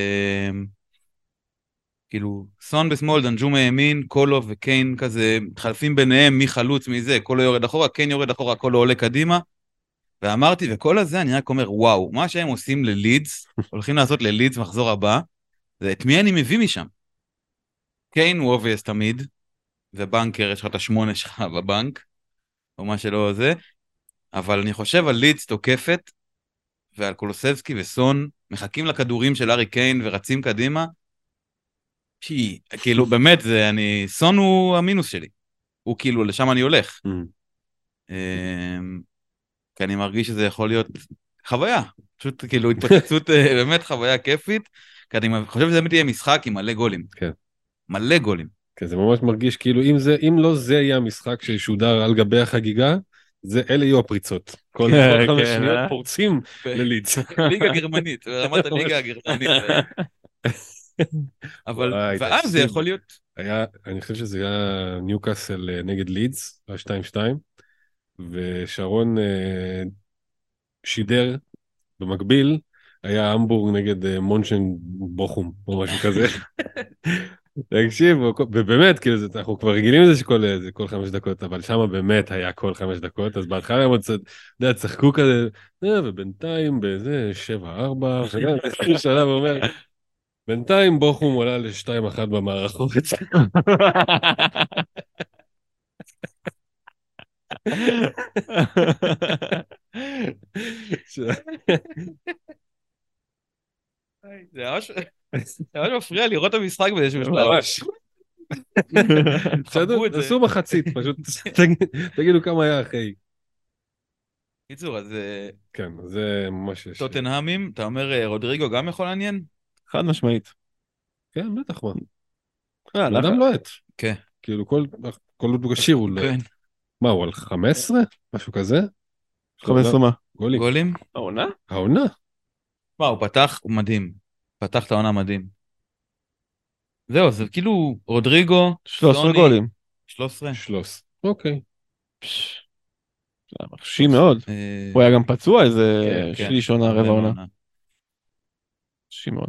כאילו סון בשמאל, דנג'ומה ימין, קולו וקיין כזה, מתחלפים ביניהם, מי חלוץ, מי זה, קולו יורד אחורה, קיין יורד אחורה, קולו עולה קדימה, ואמרתי, וכל הזה אני רק אומר, וואו, מה שהם עושים ללידס, הולכים לעשות ללידס מחזור הבא, זה את מי אני מביא משם. קיין הוא אובייס תמיד, ובנקר, יש לך את השמונה שלך בבנק, או מה שלא זה, אבל אני חושב על לידס תוקפת, ועל קולוסבסקי וסון, מחכים לכדורים של ארי קיין ורצים קדימה, שהיא, כאילו באמת, זה, אני, סון הוא המינוס שלי, הוא כאילו, לשם אני הולך. כי אני מרגיש שזה יכול להיות חוויה, פשוט כאילו התפוצצות באמת חוויה כיפית, כי אני חושב שזה באמת יהיה משחק עם מלא גולים. כן. מלא גולים. כן, זה ממש מרגיש כאילו אם זה, אם לא זה יהיה המשחק שישודר על גבי החגיגה, זה אלה יהיו הפריצות. כל חמש שניות פורצים ללידס. ליגה גרמנית, ברמת הליגה הגרמנית. אבל, ואז זה יכול להיות... היה, אני חושב שזה היה ניוקאסל נגד לידס, ה-שתיים שתיים, ושרון שידר במקביל, היה המבורג נגד מונשן בוכום, או משהו כזה. תקשיב, ובאמת, כאילו, אנחנו כבר רגילים לזה שכל חמש דקות, אבל שם באמת היה כל חמש דקות, אז בהתחלה הם עוד, אתה יודע, צחקו כזה, ובינתיים באיזה שבע ארבע, וגם תסתכל שלה ואומר, בינתיים בוכום עולה לשתיים אחת במערכות. זה ממש מפריע לראות את המשחק באיזשהו משלב. ממש. עשו מחצית, פשוט תגידו כמה היה אחרי. קיצור, אז... כן, זה ממש... טוטנהמים, אתה אומר רודריגו גם יכול לעניין? חד משמעית. כן, בטח מה. אדם לועט. כן. כאילו כל עוד הוא גשיר הוא לועט. מה, הוא על חמש עשרה? משהו כזה? חמש עשרה מה? גולים. גולים? העונה? העונה. מה, הוא פתח, הוא מדהים. פתח את העונה מדהים. זהו, זה כאילו רודריגו, שלוש עשרה גולים. שלוש עשרה? שלוש עשרה. אוקיי. זה מרשים מאוד. הוא היה גם פצוע איזה שליש עונה, רבע עונה. מרשים מאוד.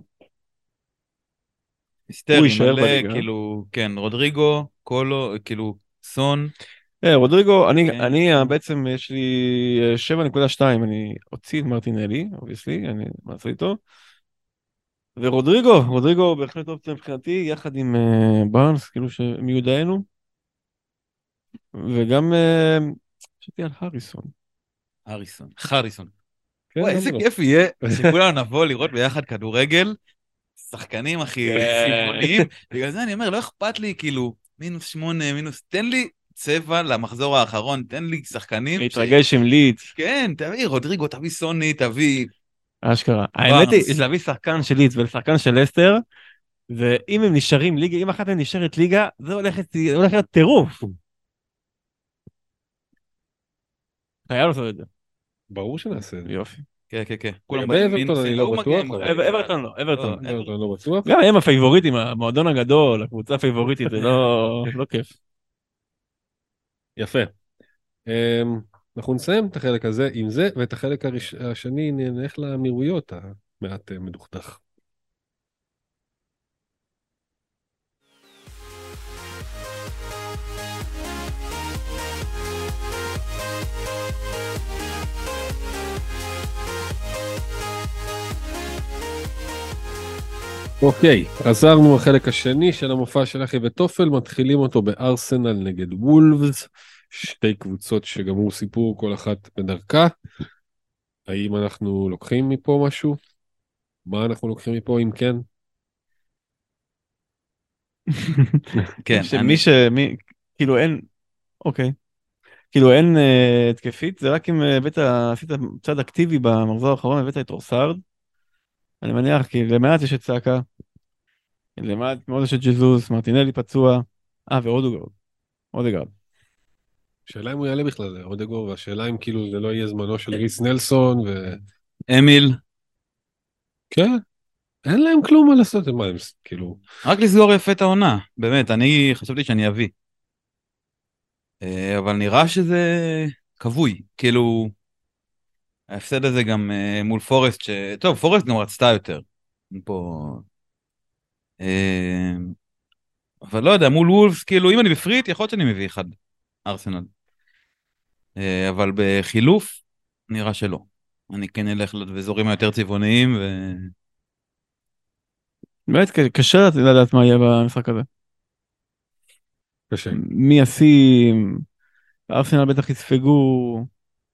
היסטרי מלא, כאילו, כן, רודריגו, קולו, כאילו, סון. רודריגו, אני בעצם יש לי שבע נקודה שתיים, אני הוציא את מרטינלי, אובייסלי, אני מעשה איתו. ורודריגו, רודריגו בהחלט אופציה מבחינתי, יחד עם בארנס, כאילו שמיודענו. וגם, חשבתי על הריסון. הריסון, חריסון. וואי, איזה כיף יהיה שכולנו נבוא לראות ביחד כדורגל, שחקנים הכי צבעוניים, בגלל זה אני אומר, לא אכפת לי כאילו מינוס שמונה, מינוס, תן לי צבע למחזור האחרון, תן לי שחקנים. להתרגש עם לידס. כן, תביא רודריגו, תביא סוני, תביא... אשכרה. האמת היא, יש להביא שחקן של לידס ולשחקן של לסטר, ואם הם נשארים ליגה, אם אחת הם נשארת ליגה, זה הולך להיות טירוף. חייב לעשות את זה. ברור שנעשה את זה. יופי. כן, כן, כן. באברטון אני לא בטוח. אברטון לא, אברטון לא בטוח. גם הם הפייבוריטים, המועדון הגדול, הקבוצה הפייבוריטית, זה לא כיף. יפה. אנחנו נסיים את החלק הזה עם זה, ואת החלק השני נלך לאמירויות המעט מדוכדך. אוקיי, חזרנו לחלק השני של המופע של אחי וטופל, מתחילים אותו בארסנל נגד וולפס, שתי קבוצות שגמרו סיפור כל אחת בדרכה. האם אנחנו לוקחים מפה משהו? מה אנחנו לוקחים מפה אם כן? כן, שמי אני. ש... מי... כאילו אין... אוקיי. כאילו אין אה, התקפית, זה רק אם אה, הבאת, עשית צד אקטיבי במחזור האחרון, הבאת את רוסארד. אני מניח כי למעט יש את סאקה, למעט מאוד יש את ג'זוס, מרטינלי פצוע, אה ואודוגרד, אודגרד. השאלה אם הוא יעלה בכלל, זה אודגור, והשאלה אם כאילו זה לא יהיה זמנו של ריס נלסון, ו... אמיל, כן, אין להם כלום מה לעשות, מה הם כאילו... רק לסגור יפה את העונה, באמת, אני חשבתי שאני אביא. אה, אבל נראה שזה כבוי, כאילו, ההפסד הזה גם אה, מול פורסט, ש... טוב, פורסט גם רצתה יותר. פה... אה, אבל לא יודע, מול וולפס, כאילו, אם אני בפריט, יכול להיות שאני מביא אחד, ארסנל. אה, אבל בחילוף, נראה שלא. אני כן אלך לאזורים היותר צבעוניים, ו... באמת ק- קשה לדעת מה יהיה במשחק הזה. קשה. מי ישים, ארסנל בטח יספגו,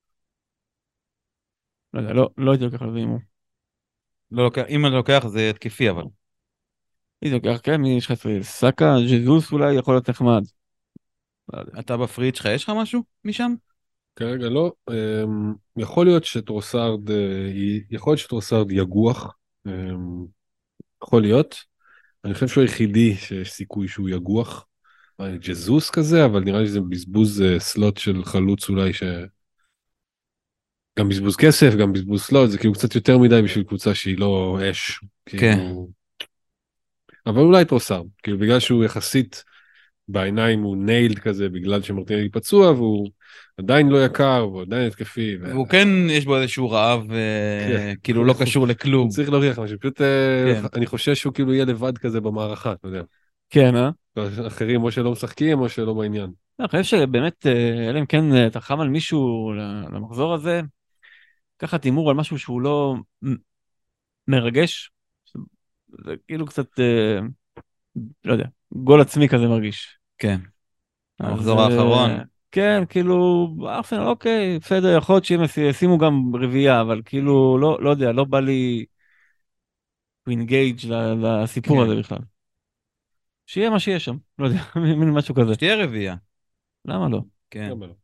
לא יודע, לא, לא הייתי לוקח על זה הימור. לא לוקח, אם אני לוקח, זה התקפי, אבל. הייתי לוקח, כן, מי יש לך אצלי? סאקה, ג'זוס אולי יכול להיות נחמד. לא יודע. אתה בפריט שלך, יש לך משהו משם? כרגע לא. אמ, יכול להיות שטרוסארד, אה, י- יכול להיות שטרוסארד יגוח. אמ, יכול להיות. אני חושב שהוא היחידי שיש סיכוי שהוא יגוח. אה, ג'זוס כזה, אבל נראה לי שזה בזבוז אה, סלוט של חלוץ אולי ש... גם בזבוז כסף, גם בזבוז סלוט, זה כאילו קצת יותר מדי בשביל קבוצה שהיא לא אש. כן. כאילו... אבל אולי טרוסארד, כאילו בגלל שהוא יחסית בעיניים הוא ניילד כזה, בגלל שמרטינלי פצוע, והוא עדיין לא יקר, והוא עדיין התקפי. ו... והוא כן, יש בו איזשהו רעב, אה, כן. כאילו לא קשור הוא לכלום. צריך להוכיח משהו, פשוט אה, כן. אני חושש שהוא כאילו יהיה לבד כזה במערכה, אתה יודע. כן, אה? אחרים או שלא משחקים או שלא בעניין. אני חושב שבאמת, אה, אלא אם כן אה, אתה חם על מישהו ל- למחזור הזה, לקחת הימור על משהו שהוא לא מ- מרגש, זה כאילו קצת, אה, לא יודע, גול עצמי כזה מרגיש. כן. אז, המחזור אה, האחרון. כן, כאילו, ארסנל, אוקיי, בסדר, יכול להיות שהם יש- ישימו גם רביעייה, אבל כאילו, לא, לא יודע, לא בא לי to engage ל- לסיפור כן. הזה בכלל. שיהיה מה שיהיה שם, לא יודע, מין משהו כזה. שתהיה רביעייה. למה לא? כן. למה לא?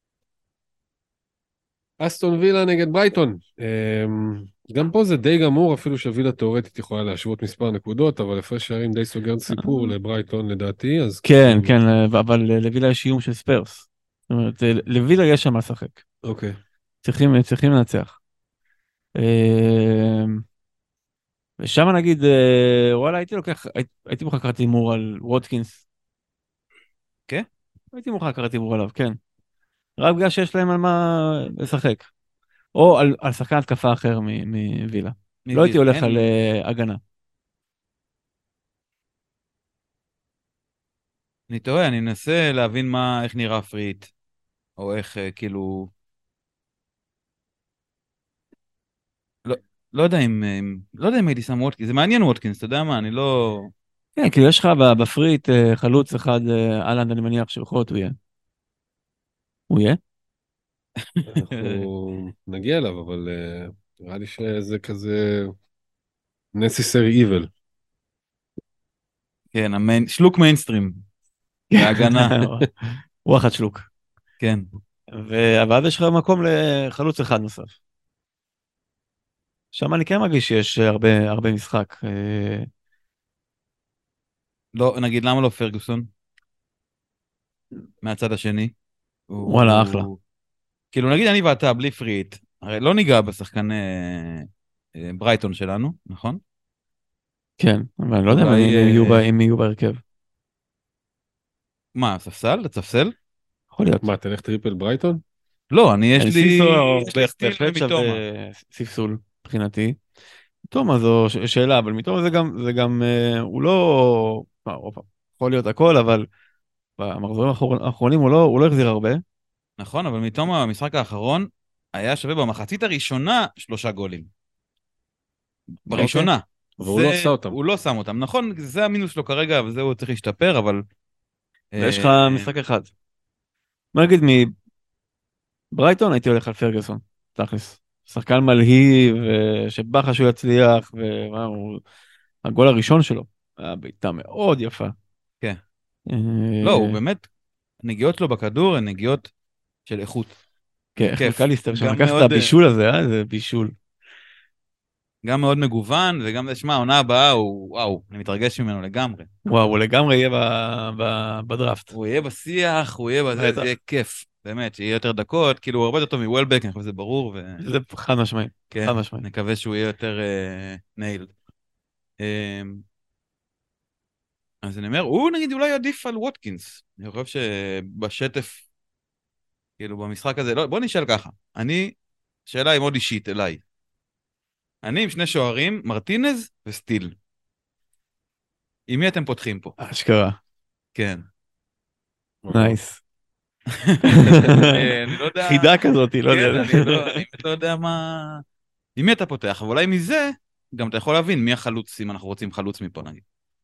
אסטון וילה נגד ברייטון. אמ, גם פה זה די גמור, אפילו שווילה תאורטית יכולה להשוות מספר נקודות, אבל הפרש שערים די סוגר סיפור לברייטון לדעתי, אז כן, כאילו... כן, אבל לווילה יש איום של ספיירס. זאת אומרת, לווילה יש שם מה לשחק. אוקיי. צריכים, צריכים לנצח. אה, ושם נגיד, אה, וואלה, הייתי לוקח, הי- הייתי מוכן לקחת הימור על ווטקינס. כן? הייתי מוכן לקחת הימור עליו, כן. רק בגלל שיש להם על מה לשחק. או על, על שחקן התקפה אחר מ- מווילה. לא הייתי מווילה, הולך על אין- אה, הגנה. אני טועה, אני מנסה להבין מה, איך נראה פריט, או איך, אה, כאילו... לא, לא יודע אם, אם- לא יודע אם הייתי שם ווטקינס, זה מעניין ווטקינס, אתה יודע מה, אני לא... כן, כאילו יש לך ב- בפריט אה, חלוץ אחד, אה, אהלנד, אני מניח שבכל זאת הוא יהיה. הוא יהיה? אנחנו נגיע אליו, אבל אה, נראה לי שזה כזה necessary evil. כן, המיין, שלוק מיינסטרים, בהגנה, וואחד שלוק. כן. ו- ואז יש לך מקום לחלוץ אחד נוסף. שם אני כן מרגיש שיש הרבה, הרבה משחק. אה, לא, נגיד, למה לא פרגוסון? מהצד השני. וואלה, אחלה. הוא... כאילו, נגיד אני ואתה, בלי פריט, הרי לא ניגע בשחקני אה, ברייטון שלנו, נכון? כן, אבל אני לא יודע אם אולי, הם יהיו ב- אה, אם יהיו בהרכב. מה, ספסל? תצפסל? יכול להיות. מה, תלך טריפל ברייטון? לא, אני, יש לי... סיסו יש לי בהח- סטיל בהחלט ומתומה. שווה ספסול מבחינתי. מתומה זו ש- שאלה, אבל מתומה זה גם, זה גם, אה, הוא לא, מה, עוד פעם, יכול להיות הכל, אבל במחזורים האחרון- האחרונים הוא לא, הוא לא החזיר הרבה. נכון, אבל מתומה במשחק האחרון היה שווה במחצית הראשונה שלושה גולים. בראשונה. והוא לא עשה אותם. הוא לא שם אותם, נכון, זה המינוס שלו כרגע, וזה הוא צריך להשתפר, אבל... ויש לך משחק אחד. מה נגיד מברייטון, הייתי הולך על פרגוסון, תכלס. שחקן מלהיב, שבא לך שהוא יצליח, והגול הראשון שלו, היה בעיטה מאוד יפה. כן. לא, הוא באמת, הנגיעות שלו בכדור הן נגיעות של איכות. כן, איך מקליסטר שמקש את הבישול הזה, אה? זה בישול. גם מאוד מגוון, וגם, תשמע, העונה הבאה, הוא, וואו, אני מתרגש ממנו לגמרי. וואו, הוא לגמרי יהיה בדראפט. הוא יהיה בשיח, הוא יהיה בזה, זה יהיה כיף. באמת, שיהיה יותר דקות, כאילו הוא הרבה יותר טוב מוולבק, אני חושב שזה ברור. זה חד משמעי, חד משמעי. נקווה שהוא יהיה יותר ניילד. אז אני אומר, הוא נגיד אולי עדיף על ווטקינס. אני חושב שבשטף, כאילו במשחק הזה, לא, בוא נשאל ככה. אני, שאלה היא מאוד אישית אליי. אני עם שני שוערים, מרטינז וסטיל. עם מי אתם פותחים פה? אשכרה. כן. נייס. אני לא יודע... חידה כזאת, לא יודע. כן, אני לא יודע מה... עם מי אתה פותח? ואולי מזה, גם אתה יכול להבין מי החלוץ, אם אנחנו רוצים חלוץ מפה, נגיד.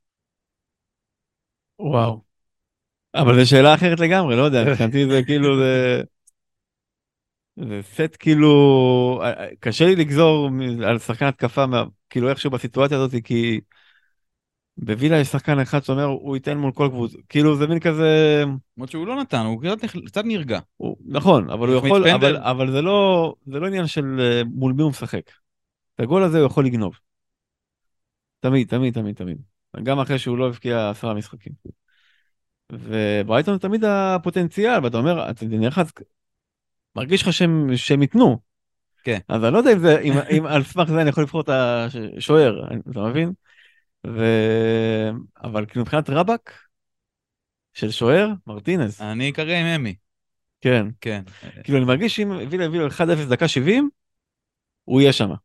וואו. אבל זו שאלה אחרת לגמרי, לא יודע. מבחינתי זה כאילו זה... זה סט כאילו... קשה לי לגזור על שחקן התקפה, כאילו איכשהו בסיטואציה הזאת, כי... בווילה יש שחקן אחד שאומר, הוא ייתן מול כל קבוצה, כאילו זה מין כזה... למרות שהוא לא נתן, הוא קצת נרגע. נכון, אבל הוא יכול, אבל, אבל זה לא, זה לא עניין של מול מי הוא משחק. את הגול הזה הוא יכול לגנוב. תמיד, תמיד, תמיד, תמיד. גם אחרי שהוא לא הבקיע עשרה משחקים. וברייטון זה תמיד הפוטנציאל, ואתה אומר, אתה נראה לך, מרגיש לך שהם, שהם ייתנו. כן. אז אני לא יודע אם זה, אם, אם על סמך זה אני יכול לבחור את השוער, אתה מבין? ו... אבל כאילו מבחינת רבק של שוער, מרטינז. אני כרגע עם אמי. כן. כן. כאילו אני מרגיש שאם הביא להביא אחד אפס דקה שבעים, הוא יהיה שם.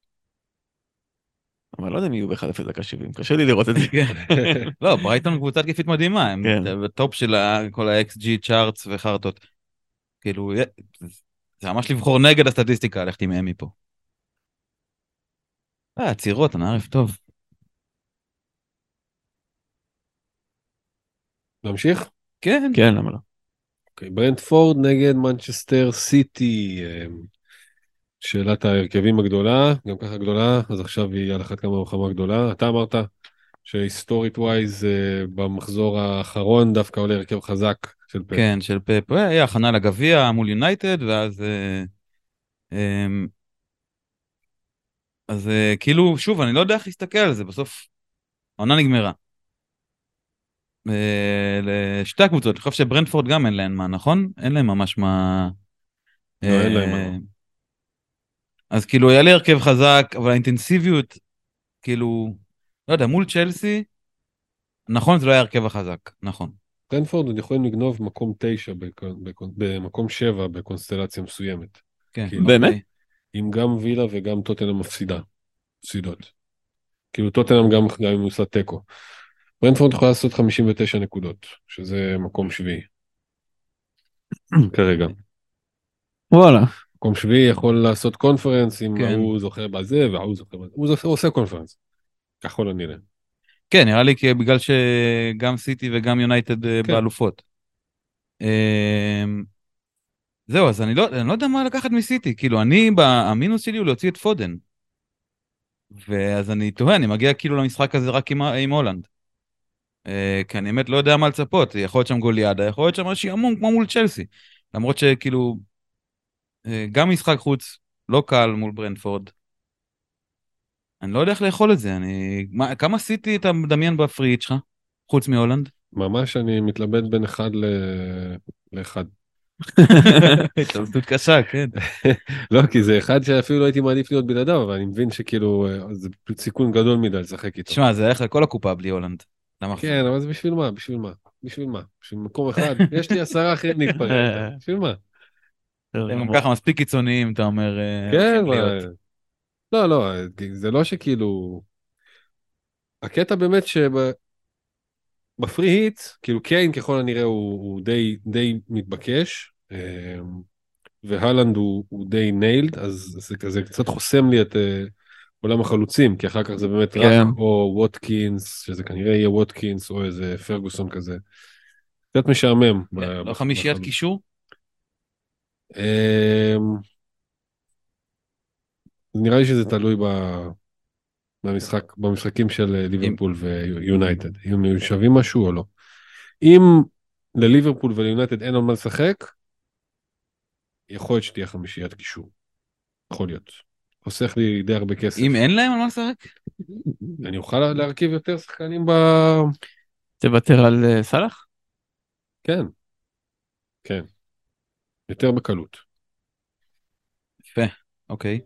אבל לא יודע אם יהיו ב-אחד אפס דקה שבעים, קשה לי לראות את זה. לא, ברייטון קבוצת כיפית מדהימה, הם בטופ של כל ה-אקס ג'י צ'ארטס וחרטות. כאילו, זה ממש לבחור נגד הסטטיסטיקה, הלכתי עם אמי פה. אה, צירות, אני ערף טוב. נמשיך? כן. כן, למה לא? אוקיי, ברנטפורד נגד מנצ'סטר סיטי. שאלת ההרכבים הגדולה, גם ככה גדולה, אז עכשיו היא על אחת כמה וכמה גדולה. אתה אמרת שהיסטורית ווייז במחזור האחרון דווקא עולה הרכב חזק של פפ. כן, של פפ. היה הכנה לגביע מול יונייטד, ואז... אז כאילו, שוב, אני לא יודע איך להסתכל על זה, בסוף העונה נגמרה. לשתי הקבוצות, אני חושב שברנטפורד גם אין להם מה, נכון? אין להם ממש מה... לא, אין להם מה. אז כאילו, היה לי הרכב חזק, אבל האינטנסיביות, כאילו, לא יודע, מול צ'לסי, נכון, זה לא היה הרכב החזק, נכון. ברנטפורד עוד יכולים לגנוב מקום תשע, במקום שבע בקונסטלציה מסוימת. כן, באמת? עם גם וילה וגם טוטנהאם מפסידה, מפסידות. כאילו טוטנהאם גם, גם עם עושה טקו. ברנטפורד יכולה לעשות חמישים ותשע נקודות, שזה מקום שביעי. כרגע. וואלה. מקום שביעי יכול לעשות קונפרנס, אם כן. הוא זוכר בזה והוא זוכר בזה. הוא זוכר, עושה קונפרנס. ככל הנראה. כן, נראה לי כי בגלל שגם סיטי וגם יונייטד כן. באלופות. זהו, אז אני לא, אני לא יודע מה לקחת מסיטי. כאילו, אני, המינוס שלי הוא להוציא את פודן. ואז אני תוהה, אני מגיע כאילו למשחק הזה רק עם, עם הולנד. כי אני באמת לא יודע מה לצפות. יכול להיות שם גוליאדה, יכול להיות שם שיעמום כמו מול צ'לסי. למרות שכאילו, גם משחק חוץ לא קל מול ברנטפורד. אני לא יודע איך לאכול את זה. אני... מה, כמה סיטי אתה מדמיין בפריט שלך, חוץ מהולנד? ממש אני מתלבט בין אחד ל... לאחד. התלבטות קשה, כן. לא, כי זה אחד שאפילו לא הייתי מעדיף להיות בלעדיו, אבל אני מבין שכאילו, זה סיכון גדול מדי לשחק איתו. תשמע, זה הולך לכל הקופה בלי הולנד. כן, אבל זה בשביל מה? בשביל מה? בשביל מה? בשביל מקום אחד? יש לי עשרה אחרים להתפרק. בשביל מה? הם גם ככה מספיק קיצוניים, אתה אומר... כן, לא, לא, זה לא שכאילו... הקטע באמת שבפרי היט, כאילו קיין ככל הנראה הוא די מתבקש, והלנד הוא די ניילד, אז זה כזה קצת חוסם לי עולם החלוצים, כי אחר כך זה באמת כן. רק או ווטקינס, שזה כנראה יהיה ווטקינס, או איזה פרגוסון כזה. קצת משעמם. ב- לא בח- חמישיית בחלוץ. קישור? אמ, נראה לי שזה תלוי ב- במשחק, במשחקים של אה, אם- ליברפול ויונייטד, אם הם שווים משהו או לא. אם לליברפול וליונייטד אין על מה לשחק, יכול להיות שתהיה חמישיית קישור. יכול להיות. חוסך לי די הרבה כסף. אם אין להם על מה לשחק? אני אוכל להרכיב יותר שחקנים ב... תוותר על אה, סלאח? כן. כן. יותר בקלות. יפה, אוקיי.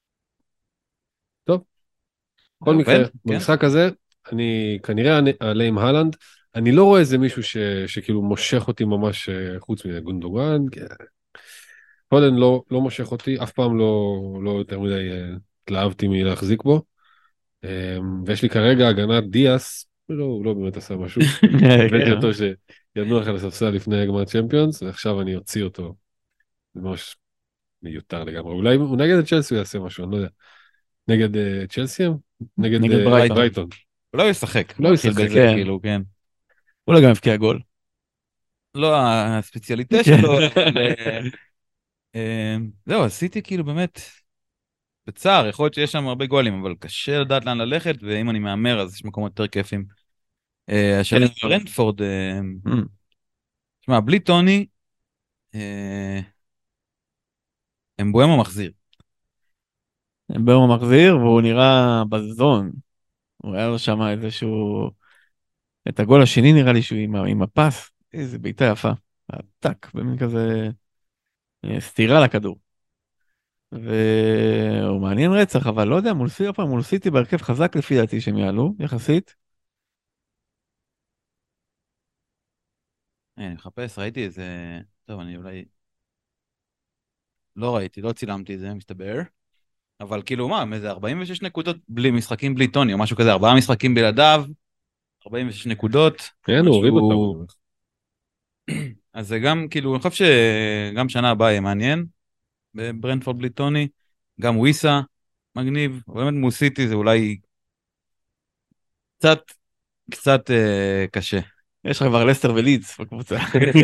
בכל עובד, מקרה, כן. במשחק הזה, אני כנראה אעלה עם הלנד. אני לא רואה איזה מישהו ש... שכאילו מושך אותי ממש אה, חוץ מזה גונדוגן. הולנד לא, לא מושך אותי, אף פעם לא, לא יותר מדי אה, התלהבתי מלהחזיק בו. אה, ויש לי כרגע הגנת דיאס, לא, הוא לא באמת עשה משהו. הבאתי אותו שינוח על הספסל לפני גמר צ'מפיונס, ועכשיו אני אוציא אותו. זה ממש מיותר לגמרי. אולי הוא נגד צ'לסי הוא יעשה משהו, אני לא יודע. נגד uh, צ'לסי? נגד, נגד uh, ברייטון. ברייטון. אולי הוא ישחק. לא לא ישחק, יתחיל בזה, כן. כאילו, כן. אולי גם הבקיע גול. לא הספציאליטה שלו, אבל, אה, אה, זהו, עשיתי כאילו באמת בצער, יכול להיות שיש שם הרבה גולים, אבל קשה לדעת לאן ללכת, ואם אני מהמר אז יש מקומות יותר כיפים. אה, השאלה כן. ברנדפורד, אה, Mm. תשמע, בלי טוני, אה, אמבואמה מחזיר. ברמה מחזיר, והוא נראה בזון. הוא היה לו שם איזשהו... את הגול השני נראה לי שהוא עם, ה- עם הפס. איזה בעיטה יפה. טק, במין כזה אה, סתירה לכדור. והוא מעניין רצח, אבל לא יודע, מול סיטי, מול סיטי בהרכב חזק לפי דעתי שהם יעלו, יחסית. אה, אני מחפש, ראיתי איזה... טוב, אני אולי... לא ראיתי, לא צילמתי את זה, מסתבר. אבל כאילו מה, איזה ארבעים ושש נקודות בלי משחקים בלי טוני, או משהו כזה, ארבעה משחקים בלעדיו, ארבעים ושש נקודות. כן, הוא הוריד משהו- אותם. אז זה גם, כאילו, אני חושב שגם שנה הבאה יהיה מעניין, בברנדפורד בלי טוני, גם וויסה, מגניב, אבל באמת מול סיטי זה אולי קצת, קצת אה, קשה. יש לך כבר לסטר ולידס בקבוצה.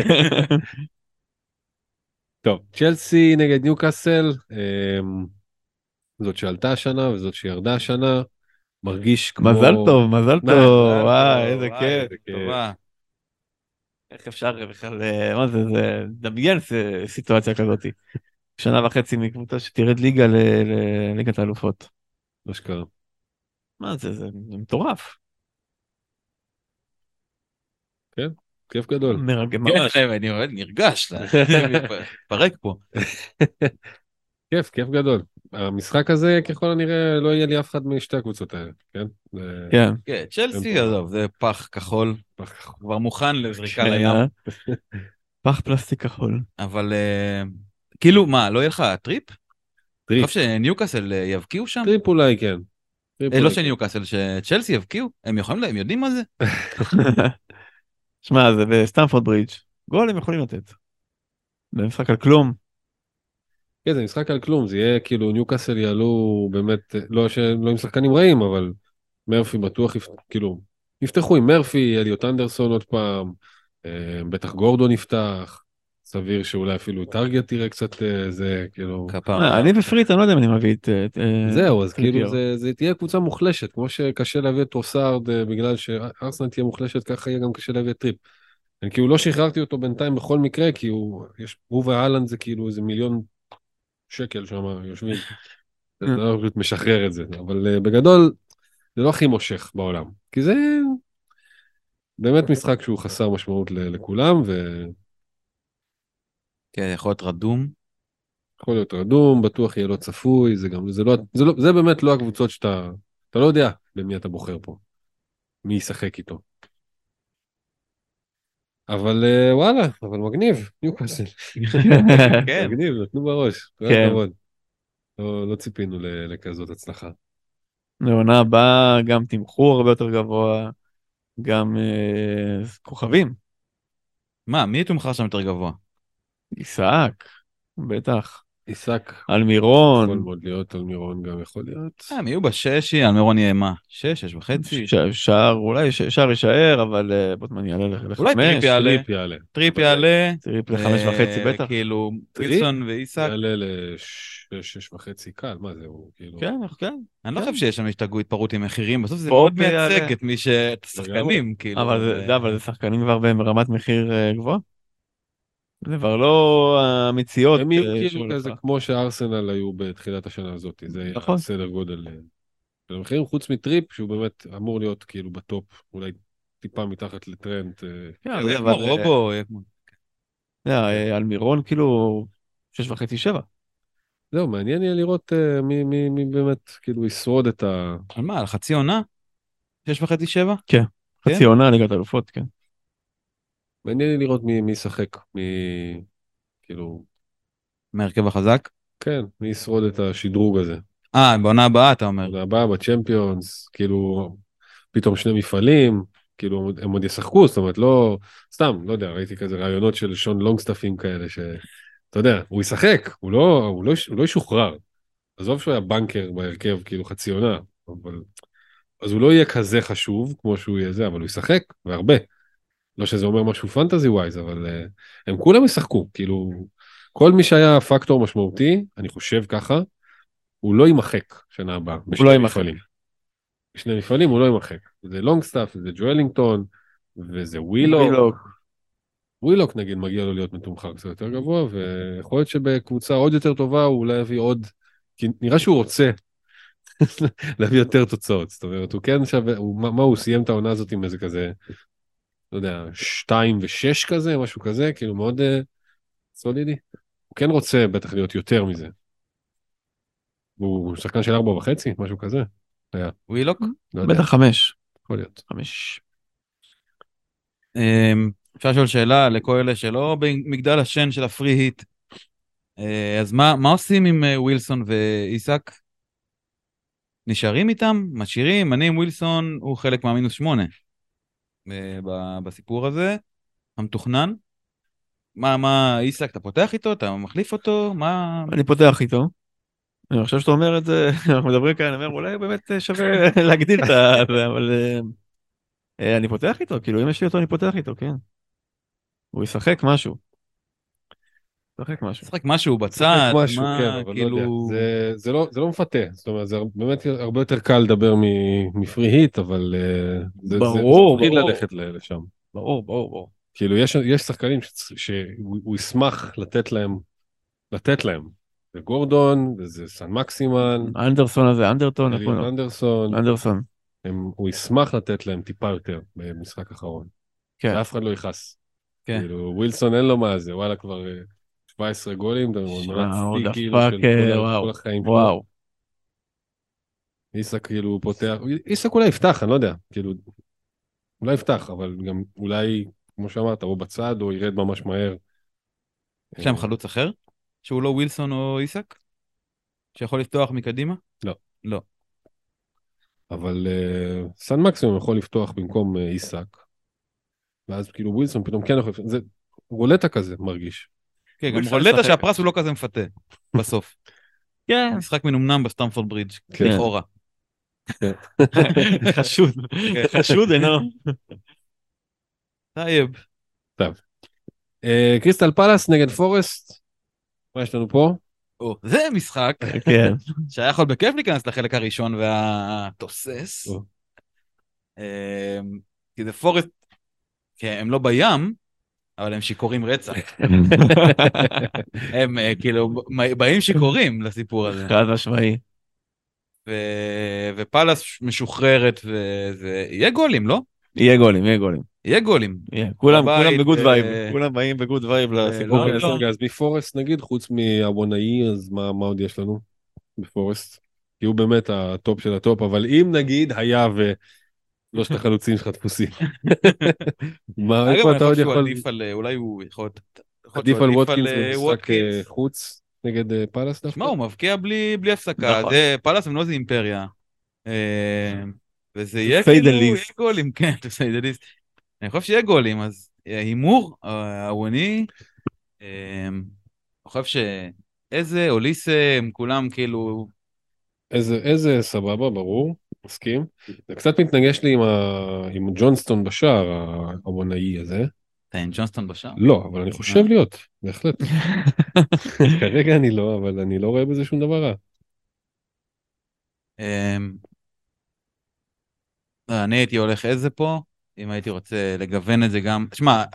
טוב, צ'לסי נגד ניוקאסל, אמ, זאת שעלתה השנה וזאת שירדה השנה, מרגיש כמו... מזל טוב, מזל מה? טוב, וואי, איזה וואי, כיף. איזה טובה. איך אפשר בכלל, אה, מה זה, זה דמיין ס- סיטואציה כזאת. שנה וחצי מקבוצה שתרד ליגה ל- לליגת האלופות. מה שקרה. מה זה, זה זה מטורף. כיף גדול. מרגש כן, ממש. אני עובד נרגש, פרק פה. כיף, כיף גדול. המשחק הזה ככל הנראה לא יהיה לי אף אחד משתי הקבוצות האלה, כן? זה- כן. כן, צ'לסי, אין עזוב, זה פח כחול, כבר מוכן לזריקה כן, לים, אה? פח פלסטיק כחול. אבל אה, כאילו, מה, לא יהיה לך טריפ? אני טריפ, חושב שניוקאסל אה, יבקיעו שם? טריפ אולי כן. טריפ אה, לא אולי כן. שניוקאסל, שצ'לסי יבקיעו? הם יכולים, הם יודעים מה זה? שמע, זה בסטמפורד ברידג'. גול הם יכולים לתת. במשחק על כלום. כן, זה משחק על כלום, זה יהיה כאילו ניוקאסל יעלו באמת, לא שהם לא עם שחקנים רעים, אבל מרפי בטוח, יפ- כאילו, יפתחו עם מרפי, אליוט אנדרסון עוד פעם, אה, בטח גורדון יפתח, סביר שאולי אפילו טרגט תראה קצת, אה, זה כאילו, כפרה. אה, אני ופריט, אני לא יודע אם אני מביא את... את, אה, זהו, אז כאילו טריפייר. זה, זה תהיה קבוצה מוחלשת, כמו שקשה להביא את טרוסארד אה, בגלל שארסנל תהיה מוחלשת, ככה יהיה גם קשה להביא את טריפ. אני כאילו לא שחררתי אותו בינתיים בכל מקרה, כי הוא, יש, הוא והאלנד זה כאילו איזה מיליון שקל שם יושבים. אתה לא פשוט משחרר את זה, אבל uh, בגדול זה לא הכי מושך בעולם, כי זה באמת משחק שהוא חסר משמעות ל- לכולם, ויכול כן, יכול להיות רדום. להיות רדום, בטוח יהיה לא צפוי, זה גם, זה לא, זה לא, זה באמת לא הקבוצות שאתה, אתה לא יודע במי אתה בוחר פה, מי ישחק איתו. אבל uh, וואלה, אבל מגניב, ניוקאסל. כן. מגניב, נתנו בראש, כל כן. הכבוד. לא, לא ציפינו ל- לכזאת הצלחה. לעונה הבאה גם תמחור הרבה יותר גבוה, גם אה, כוכבים. מה, מי תומכר שם יותר גבוה? עיסק, בטח. עיסק, יכול אלמירון, מאוד להיות, אלמירון גם יכול להיות. הם יהיו בששי, אלמירון יהיה מה? שש, שש וחצי? ש- שער, אולי ש- שער יישאר, אבל אה, בוטמן יעלה ל- לחמש. אולי טריפ יעלה. טריפ יעלה. טריפ יעלה. טריפ לחמש וחצי אה, בטח. כאילו, טריפ? ווילסון ואיסק. יעלה לשש, שש וחצי קל, מה זה, הוא כאילו... כן, כן. אני לא כן. חושב שיש שם השתגעו התפרעות עם מחירים, בסוף זה פופ מאוד מייצג יעלה. את מי ש... את השחקנים, כאילו. אבל זה, ו- אתה יודע, אבל זה שחקנים כבר ברמת מחיר אה, גבוהה. זה כבר לא המציאות. הם יהיו אה, כאילו שהוא כזה לך. כמו שארסנל היו בתחילת השנה הזאת, זה נכון. הסדר גודל. אה, של המחירים חוץ מטריפ, שהוא באמת אמור להיות כאילו בטופ, אולי טיפה מתחת לטרנד. אה, כן, הוא אבל- יהיה כמו אבל, אה, רובו, יהיה כמו... אתה יודע, אה, אלמירון כאילו שש וחצי שבע. זהו, מעניין יהיה לראות אה, מי, מי, מי באמת כאילו ישרוד את ה... על מה, על חצי עונה? שש וחצי שבע? כן. כן? חצי עונה ליגת אלופות, כן. מעניין לי לראות מי, מי ישחק, מי... כאילו... מהרכב החזק? כן, מי ישרוד את השדרוג הזה. אה, בעונה הבאה אתה אומר. עונה הבאה בצ'מפיונס, כאילו, פתאום שני מפעלים, כאילו, הם עוד ישחקו, זאת אומרת, לא... סתם, לא יודע, ראיתי כזה רעיונות של שון לונגסטאפים כאלה, ש... אתה יודע, הוא ישחק, הוא לא, הוא לא, הוא לא ישוחרר. עזוב שהוא היה בנקר בהרכב, כאילו חצי עונה, אבל... אז הוא לא יהיה כזה חשוב כמו שהוא יהיה זה, אבל הוא ישחק, והרבה. לא שזה אומר משהו פנטזי ווייז, אבל uh, הם כולם ישחקו, כאילו, כל מי שהיה פקטור משמעותי, אני חושב ככה, הוא לא יימחק שנה הבאה, בשני לא יימחק. מפעלים. בשני מפעלים הוא לא יימחק. זה לונגסטאפ, זה ג'ואלינגטון, וזה ווילוק. ווילוק. ווילוק נגיד מגיע לו להיות מתומחר קצת יותר גבוה, ויכול להיות שבקבוצה עוד יותר טובה הוא אולי יביא עוד, כי נראה שהוא רוצה להביא יותר תוצאות, זאת אומרת, הוא כן שווה, הוא, מה, מה הוא סיים את העונה הזאת עם איזה כזה, לא יודע, שתיים ושש כזה, משהו כזה, כאילו מאוד uh, סולידי. הוא כן רוצה בטח להיות יותר מזה. הוא שחקן של ארבע וחצי, משהו כזה. היה, ווילוק? לא יודע, בטח חמש. יכול להיות. חמש. אמ, אפשר לשאול שאלה לכל אלה שלא במגדל השן של הפרי היט. אה, אז מה, מה עושים עם אה, ווילסון ואיסק? נשארים איתם? משאירים? אני עם ווילסון הוא חלק מהמינוס שמונה אה, ב- בסיפור הזה, המתוכנן. מה, מה, איסק, אתה פותח איתו? אתה מחליף אותו? מה... אני פותח איתו. אני חושב שאתה אומר את זה, אנחנו מדברים כאן, אני אומר, אולי באמת שווה להגדיל את זה, אבל אה, אה, אני פותח איתו, כאילו אם יש לי אותו אני פותח איתו, כן. הוא ישחק משהו. ישחק משהו. משחק משהו בצד, משחק משהו, מה, כן, אבל כאילו... לא יודע. זה, זה, לא, זה לא מפתה, זאת אומרת, זה באמת הרבה יותר קל לדבר מ- מפרי היט, אבל אה, זה, ברור, זה מפחיד ברור. ללכת ל- לשם. ברור, ברור, ברור. כאילו, יש, יש שחקנים שצ- שהוא הוא ישמח לתת להם, לתת להם. זה גורדון, וזה סן מקסימן, אנדרסון הזה, אנדרטון, איך אליון קוראים לו? אנדרסון, אנדרסון. הם, הוא ישמח לתת להם טיפה יותר במשחק האחרון. כן. ואף אחד לא יכעס. כן. כאילו, ווילסון אין לו מה זה, וואלה, כבר אה, שבע עשרה גולים, אתה אומר, שמע, עוד שיא, כאילו, דפק, של כל ה- וואו, כל החיים שלו. וואו. איסק כאילו הוא פותח, איסק אולי יפתח, אני לא יודע, כאילו, אולי יפתח, אבל גם אולי, כמו שאמרת, או בצד, או ירד ממש מהר. יש להם חלוץ אחר? שהוא לא ווילסון או איסק? שיכול לפתוח מקדימה? לא. לא. אבל uh, סן מקסימום יכול לפתוח במקום uh, איסק, ואז כאילו ווילסון פתאום כן יכול לפתוח, זה רולטה כזה מרגיש. כן, גם ווילסון רולטה ישחק. שהפרס הוא לא כזה מפתה, בסוף. כן. משחק מנומנם בסטמפורד ברידג', כן. לכאורה. חשוד. חשוד אינו. טייב. Uh, קריסטל פלאס נגד פורסט, מה יש לנו פה? או, זה משחק כן. שהיה יכול בכיף להיכנס לחלק הראשון והתוסס. או. אמ, כי זה פורסט, כי הם לא בים, אבל הם שיכורים רצח. הם אה, כאילו באים שיכורים לסיפור הזה. חד משמעי. ו- ופלאס משוחררת, וזה יהיה גולים, לא? יהיה גולים, יהיה גולים. יהיה גולים. יהיה. כולם בבית, כולם בגוד אה, וייב. כולם באים בגוד וייב לסיפור. לא, אוקיי, אז לא. רגע, אז מפורסט נגיד, חוץ מהוונאי, אז מה מה עוד יש לנו בפורסט? כי הוא באמת הטופ של הטופ, אבל אם נגיד היה ושלושת החלוצים שלך דפוסים. מה, אגב, איפה אני אתה עוד חושב שהוא יכול... עדיף על, אולי הוא יכול להיות... יכול להיות עדיף שהוא על עדיף ווטקינס אה, במשחק ווטקינס. אה, חוץ נגד אה, פאלאס דווקא? שמע, הוא מבקיע בלי, בלי הפסקה, נכון. זה פלאס הם לא איזה אימפריה. אה, וזה יהיה say the כאילו, least. יהיה גולים, כן, to say the least. אני חושב שיהיה גולים, אז אה, הימור, אה, הווני, אה, אני חושב איזה, אוליסה, הם כולם כאילו... איזה, איזה סבבה, ברור, מסכים. זה קצת מתנגש לי עם, ה... עם ג'ונסטון בשער, העונאי הזה. אתה עם ג'ונסטון בשער? לא, אבל אני חושב להיות, בהחלט. כרגע אני לא, אבל אני לא רואה בזה שום דבר רע. אמ, אני הייתי הולך איזה פה, אם הייתי רוצה לגוון את זה גם... תשמע,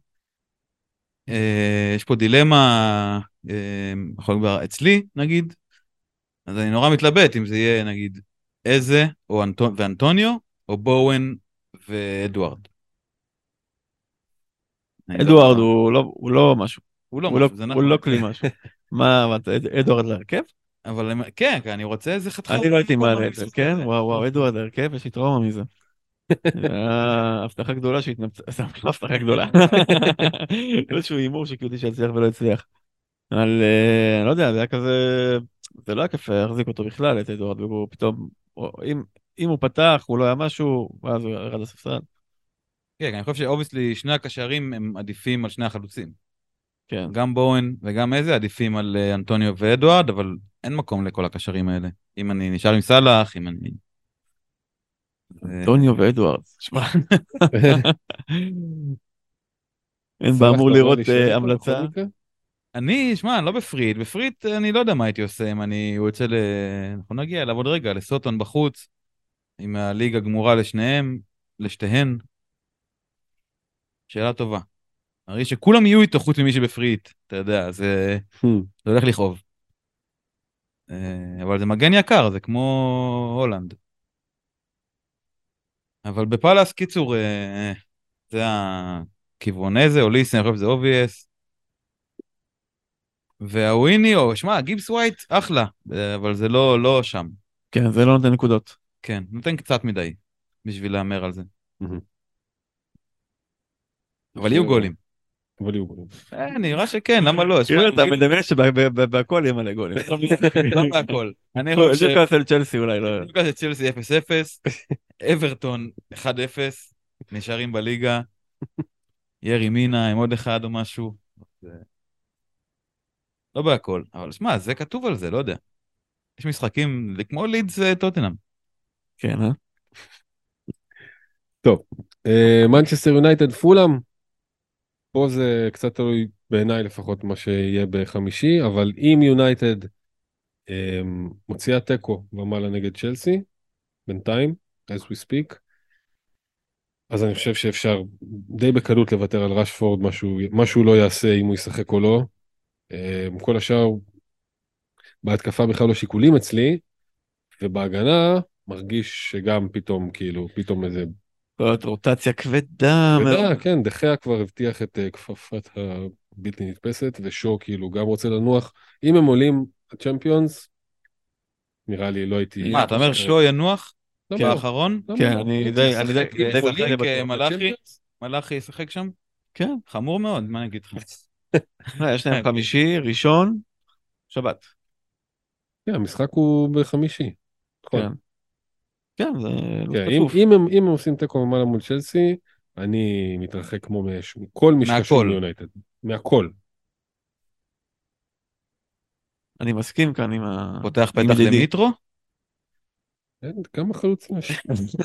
אה, יש פה דילמה, אה, יכול להיות אצלי, נגיד, אז אני נורא מתלבט אם זה יהיה, נגיד, איזה, או אנטו, ואנטוניו, או בואוין ואדוארד. אני לא אדוארד יודע. הוא לא, הוא לא משהו. הוא לא הוא לא, משהו, זה הוא נכון. לא כלי משהו. מה, מה, אתה- אדוארד להרכב? אבל הם- כן, כי אני רוצה איזה חתיכה. אני לא הייתי במקום מעלה את זה, במשחק כן? הזה. וואו, וואו, אדוארד להרכב, יש לי טראומה מזה. אה, הבטחה גדולה שהתנפצה, סתם, לא הבטחה גדולה. איזשהו הימור שקיוויתי שיצליח ולא הצליח. אבל אה, אני לא יודע, זה היה כזה, זה לא היה כיף להחזיק אותו בכלל, את אדוארד, והוא פתאום, או- אם אם הוא פתח, הוא לא היה משהו, ואז הוא ירד לספסל. כן, אני חושב שאובייסלי שני הקשרים הם עדיפים על שני החלוצים. כן. גם בואוין וגם איזה עדיפים על אה, אנטוניו ואדוארד, אבל אין מקום לכל הקשרים האלה. אם אני נשאר עם סלאח, אם אני... אנטוניו ואדוארד, שמע. אין סלח באמור תבוא לראות להישאר אה, איתו, המלצה. בכל מקרה? אני, שמע, אני לא בפריט. בפריט אני לא יודע מה הייתי עושה אם אני... הוא יוצא ל... אנחנו נגיע אליו עוד רגע, לסוטון בחוץ, עם הליגה גמורה לשניהם, לשתיהן. שאלה טובה. הרי שכולם יהיו איתו חוץ ממי שבפריט, אתה יודע, זה, Hmm. זה הולך לכאוב. אה, אבל זה מגן יקר, זה כמו הולנד. אבל בפאלאס, קיצור, אה, זה הכיוון איזה, אוליסן, אני חושב שזה אובייס. והוויני, או שמע, גיבס ווייט, אחלה, אה, אבל זה לא, לא שם. כן, זה לא נותן נקודות. כן, נותן קצת מדי, בשביל להמר על זה. Mhm. אבל יהיו ש- גולים. אבל יהיו גולים. אה, נראה שכן, למה לא? שמע, כאילו אתה גיבס- מדמיין שבהכל יהיה מלא גולים. לא בהכל. אני חושב ג'קאסל צ'לסי אולי לא. ניוקאסל צ'לסי אפס אפס, אברטון אחד אפס, נשארים בליגה, ירי מינה עם עוד אחד או משהו. לא בהכל, אבל שמע, זה כתוב על זה, לא יודע. יש משחקים, זה כמו לידס אה, טוטנהאם. כן, אה? טוב, אה, מנצ'סטר יונייטד פולאם, פה זה קצת תלוי בעיניי לפחות מה שיהיה בחמישי, אבל אם יונייטד אה, מוציאה תיקו ומעלה נגד צ'לסי, בינתיים, as we speak, אז אני חושב שאפשר די בקלות לוותר על רשפורד, משהו, משהו לא יעשה אם הוא ישחק או לא. אה, כל השאר, בהתקפה בכלל לא שיקולים אצלי, ובהגנה מרגיש שגם פתאום, כאילו, פתאום איזה... זאת רוטציה כבדה מאוד. ודע, כן, דחיה כבר הבטיח את אה, כפפת הבלתי נתפסת, ושו כאילו גם רוצה לנוח. אם הם עולים הצ'מפיונס, נראה לי לא הייתי... מה, אתה אומר שו ינוח למה כן. לא? באחרון? למה כן, לא? אני הייתי די, משחק אני די, די לפוליק, בטוח, די בטוח. אה, מלאכי? בצ'מפיונס? מלאכי ישחק שם? כן, חמור מאוד, מה אני אגיד לך? אה, יש להם חמישי, ראשון, שבת. כן, המשחק הוא בחמישי. נכון. כן. כן, זה לא כן, אם, צפוף. אם, הם, אם הם עושים תיקו ומעלה מול צ'לסי, אני מתרחק כמו מש... כל מי שקשור מהכל. ליונייטד. מהכל. אני מסכים כאן עם ה... פותח עם פתח ידידי. למיטרו? אין, כמה חלוצים יש?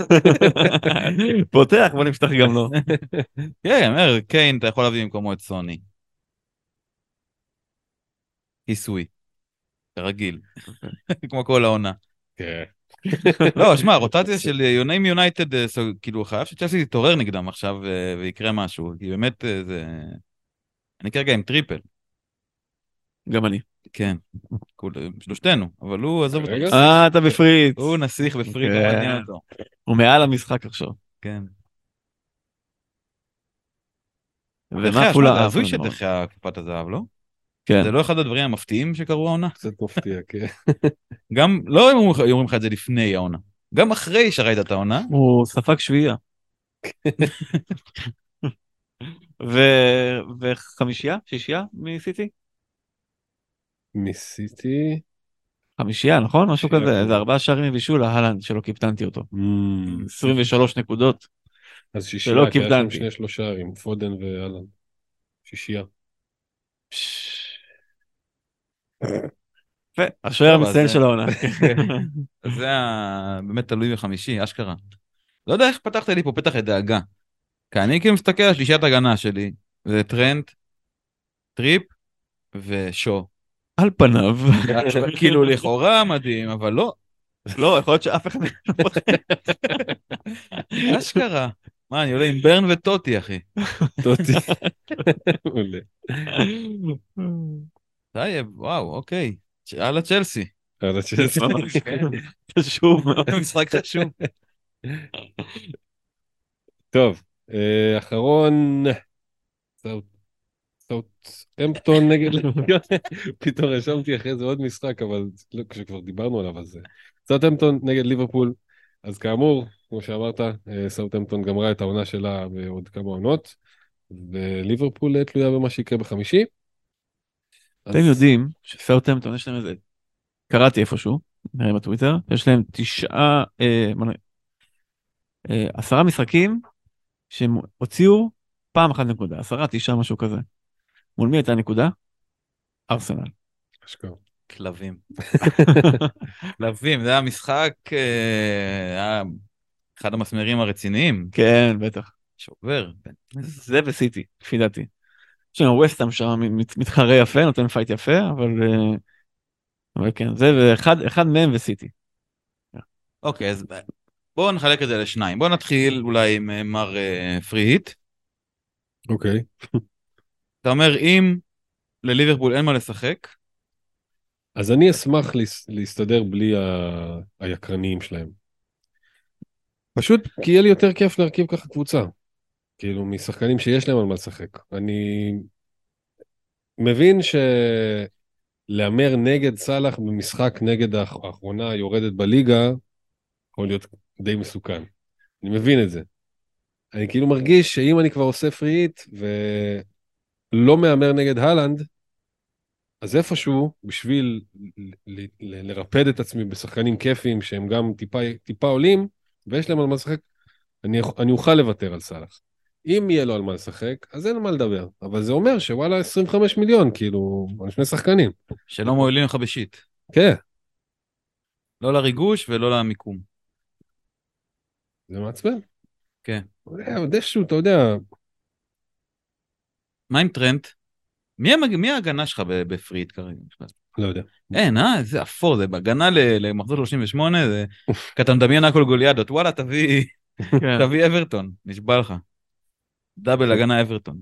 פותח, בוא נפתח גם לו. כן, אני אומר, קיין, אתה יכול להביא במקומו את סוני. עיסוי. כרגיל. כמו כל העונה. כן. לא, שמע, רוטציה של יונאים יונייטד, אה, סו- כאילו, חייב שצ'לסי תתעורר נגדם עכשיו אה, ויקרה משהו, כי באמת אה, זה... אני כרגע עם טריפל, גם אני. כן, כול- שלושתנו, אבל הוא, עזוב אותו, רגע. נסיך. אה, אתה בפריץ. הוא נסיך בפריט, כן. לא מעניין אותו, הוא מעל המשחק עכשיו. כן. ומה דחיה, פולה? שמע, זה אה, הזוי פולה מאוד. שדחיה כיפת הזהב, לא? כן. זה לא אחד הדברים המפתיעים שקרו העונה? קצת מפתיע, כן. גם, לא אם אומרים לך את זה לפני העונה, גם אחרי שראית את העונה, הוא ספג שביעייה. ו- וחמישייה? שישייה מסיטי? ניסיתי... חמישייה, נכון? משהו שישייה, כזה. כן. זה ארבעה שערים הבישול להלנד שלא קיפטנתי אותו. Mm, עשרים ושלוש נקודות. אז שלא שישייה, כי היה שם קיפדנתי. שני שלושה עם פודן ואלן. שישייה. יפה, השוער טוב, אז המצטיין זה- של העונה. אז זה ה- באמת תלוי בחמישי, אשכרה. לא יודע איך פתחת לי פה פתח לדאגה. כי אני כאילו מסתכל על שלישיית הגנה שלי, זה טרנט, טריפ ושו. על פניו. כאילו לכאורה מדהים, אבל לא, לא, יכול להיות שאף אחד... אשכרה. מה, אני עולה עם ברן וטוטי, אחי. טוטי. מעולה. טייב, וואו, אוקיי. יאללה צ'לסי. יאללה, צ'לסי. חשוב מאוד. משחק חשוב. טוב, אה, אחרון, סאוט סאוטהמפטון נגד לגיון. פתאום רשמתי אחרי זה עוד משחק, אבל לא, כשכבר דיברנו עליו, אז סאוטהמפטון נגד ליברפול. אז כאמור, כמו שאמרת, אה, סאוטהמפטון גמרה את העונה שלה בעוד כמה עונות, וליברפול אה, תלויה במה שיקרה בחמישי. אתם אז יודעים שסאוטהמפטון יש להם איזה, קראתי איפשהו, נראה בטוויטר, יש להם תשעה, אה, מה נראה, אה, עשרה משחקים שהם הוציאו פעם אחת נקודה, עשרה, תשעה, משהו כזה. מול מי הייתה נקודה? ארסנל. אשכרה. כלבים. כלבים, זה היה משחק, אה, היה אחד המסמרים הרציניים. כן, בטח. שובר. זה וסיטי, לפי דעתי. יש לנו ווסטהאם שם מת- מתחרה יפה, נותן פייט יפה, אבל, אה, אבל כן, זה ואחד אחד מהם וסיטי. אוקיי, אז בואו נחלק את זה לשניים. בואו נתחיל אולי עם אה, מר אה, פרי היט. אוקיי. אתה אומר, אם לליברפול אין מה לשחק, אז אני אשמח להס- להסתדר בלי ה- היקרניים שלהם. פשוט כי יהיה לי יותר כיף להרכיב ככה קבוצה. כאילו, משחקנים שיש להם על מה לשחק. אני מבין שלהמר נגד סאלח במשחק נגד האח- האחרונה היורדת בליגה, יכול להיות די מסוכן. אני מבין את זה. אני כאילו מרגיש שאם אני כבר עושה פריט ולא מהמר נגד הלנד, אז איפשהו, בשביל ל- ל- לרפד את עצמי בשחקנים כיפיים שהם גם טיפה, טיפה עולים, ויש להם על מה לשחק, אני, אני אוכל לוותר על סאלח. אם יהיה לו על מה לשחק, אז אין על מה לדבר. אבל זה אומר שוואלה עשרים וחמישה מיליון, כאילו, על שני שחקנים. שלא מועילים לך בשיט. כן, לא לריגוש ולא למיקום. זה מעצבן. כן. אתה יודע, דשו, אתה יודע, מה עם טרנט? מי, המג... מי ההגנה שלך ב- בפריט כרגע? לא יודע. אין, אה? זה אפור, זה בהגנה ל- למחזור שלושים ושמונה, זה... כי אתה מדמיין הכל גוליאדות, וואלה, תביא, כן. תביא אברטון, נשבע לך. דאבל הגנה אברטון.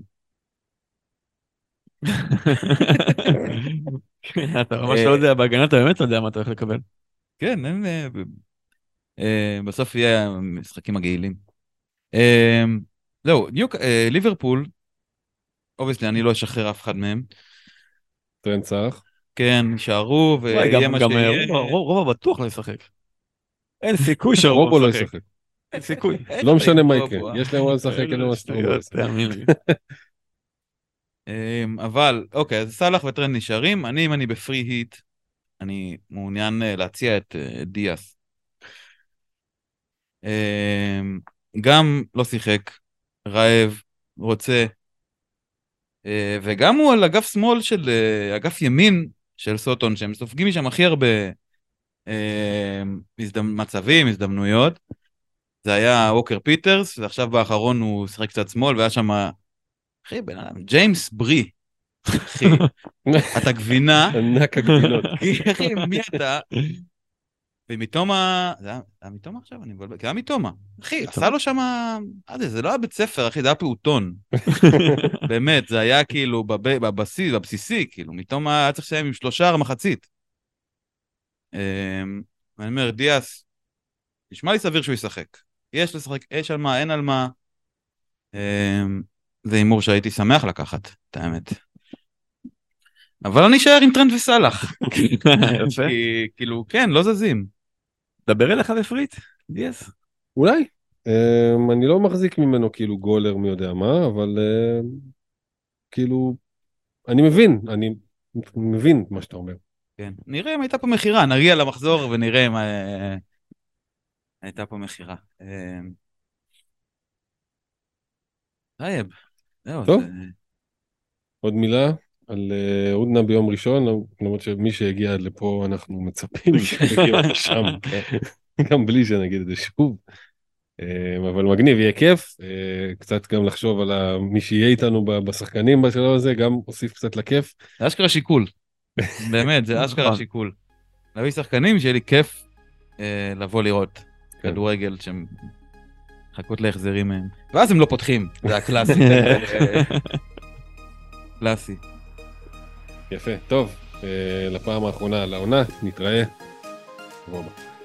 כן, אתה ממש לא יודע, בהגנה אתה באמת לא יודע מה אתה הולך לקבל. כן, אין, אה, ב- אה, בסוף יהיה המשחקים מגעילים. אה, זהו, ניוק, אה, ליברפול, אובייסלי, אני לא אשחרר אף אחד מהם. טרנד סאלח. כן, יישארו, וואי, ויהיה גם מה גם, שיהיה. אה, רוב רוב בטוח לא ישחק. אין סיכוי שרובו רובו לא ישחק. ישחק. אין סיכוי. איך לא אתה משנה עם מה רובו, יקרה. אה? יש להם מה לשחק, אין להם מה לשחק. שטויות, תאמין לי. אמ, אבל, אוקיי, אז סאלח וטרנד נשארים. אני, אם אני בפרי היט, אני מעוניין אה, להציע את אה, דיאס. אמ, גם לא שיחק, רעב, רוצה, אה, וגם הוא על אגף שמאל של, אה, אגף ימין של סוטון, שהם סופגים משם הכי הרבה אה, הזדמ- מצבים, הזדמנויות. זה היה ווקר פיטרס, ועכשיו באחרון הוא שיחק קצת שמאל, והיה שם, אחי, בן אדם, ג'יימס ברי, אחי, אתה גבינה, ענק הגבינות. אחי, מי אתה? ומתומה, זה היה זה היה מתומה עכשיו? אני מבלבל, זה היה מתומה. אחי, עשה לו שם, לא יודע, זה לא היה בית ספר, אחי, זה היה פעוטון. באמת, זה היה כאילו בב- בבסיס, בבסיסי, כאילו, מתומה היה צריך לסיים עם שלושה מחצית. אמ, אני אומר, דיאס, נשמע לי סביר שהוא ישחק. יש לשחק, יש על מה, אין על מה. אמ, זה הימור שהייתי שמח לקחת, את האמת. אבל אני אשאר עם טרנד וסלאח. יפה. כי, כאילו, כן, לא זזים. דבר אליך בפריט, דיאס. אולי. Um, אני לא מחזיק ממנו כאילו גולר מי יודע מה, אבל um, כאילו, אני מבין, אני מבין מה שאתה אומר. כן. נראה אם הייתה פה מחירה, נגיע למחזור ונראה אם אה, הייתה פה מחירה. אה, טייב, זהו, טוב. זה- עוד מילה? על אה, הודנה ביום ראשון, למרות שמי שהגיע עד לפה אנחנו מצפים שיגיע עד לשם, גם בלי שנגיד את זה שוב. אה, אבל מגניב, יהיה כיף, אה, קצת גם לחשוב על ה- מי שיהיה איתנו ב- בשחקנים בשלב הזה, גם הוסיף קצת לכיף. זה אשכרה שיקול. באמת, זה אשכרה נכון. שיקול. להביא שחקנים שיהיה לי כיף אה, לבוא לראות כן. כדורגל שהם חכות להחזרים מהם. ואז הם לא פותחים, זה הקלאסי. קלאסי. יפה, טוב, אה, לפעם האחרונה על העונה, נתראה. שבוע הבא.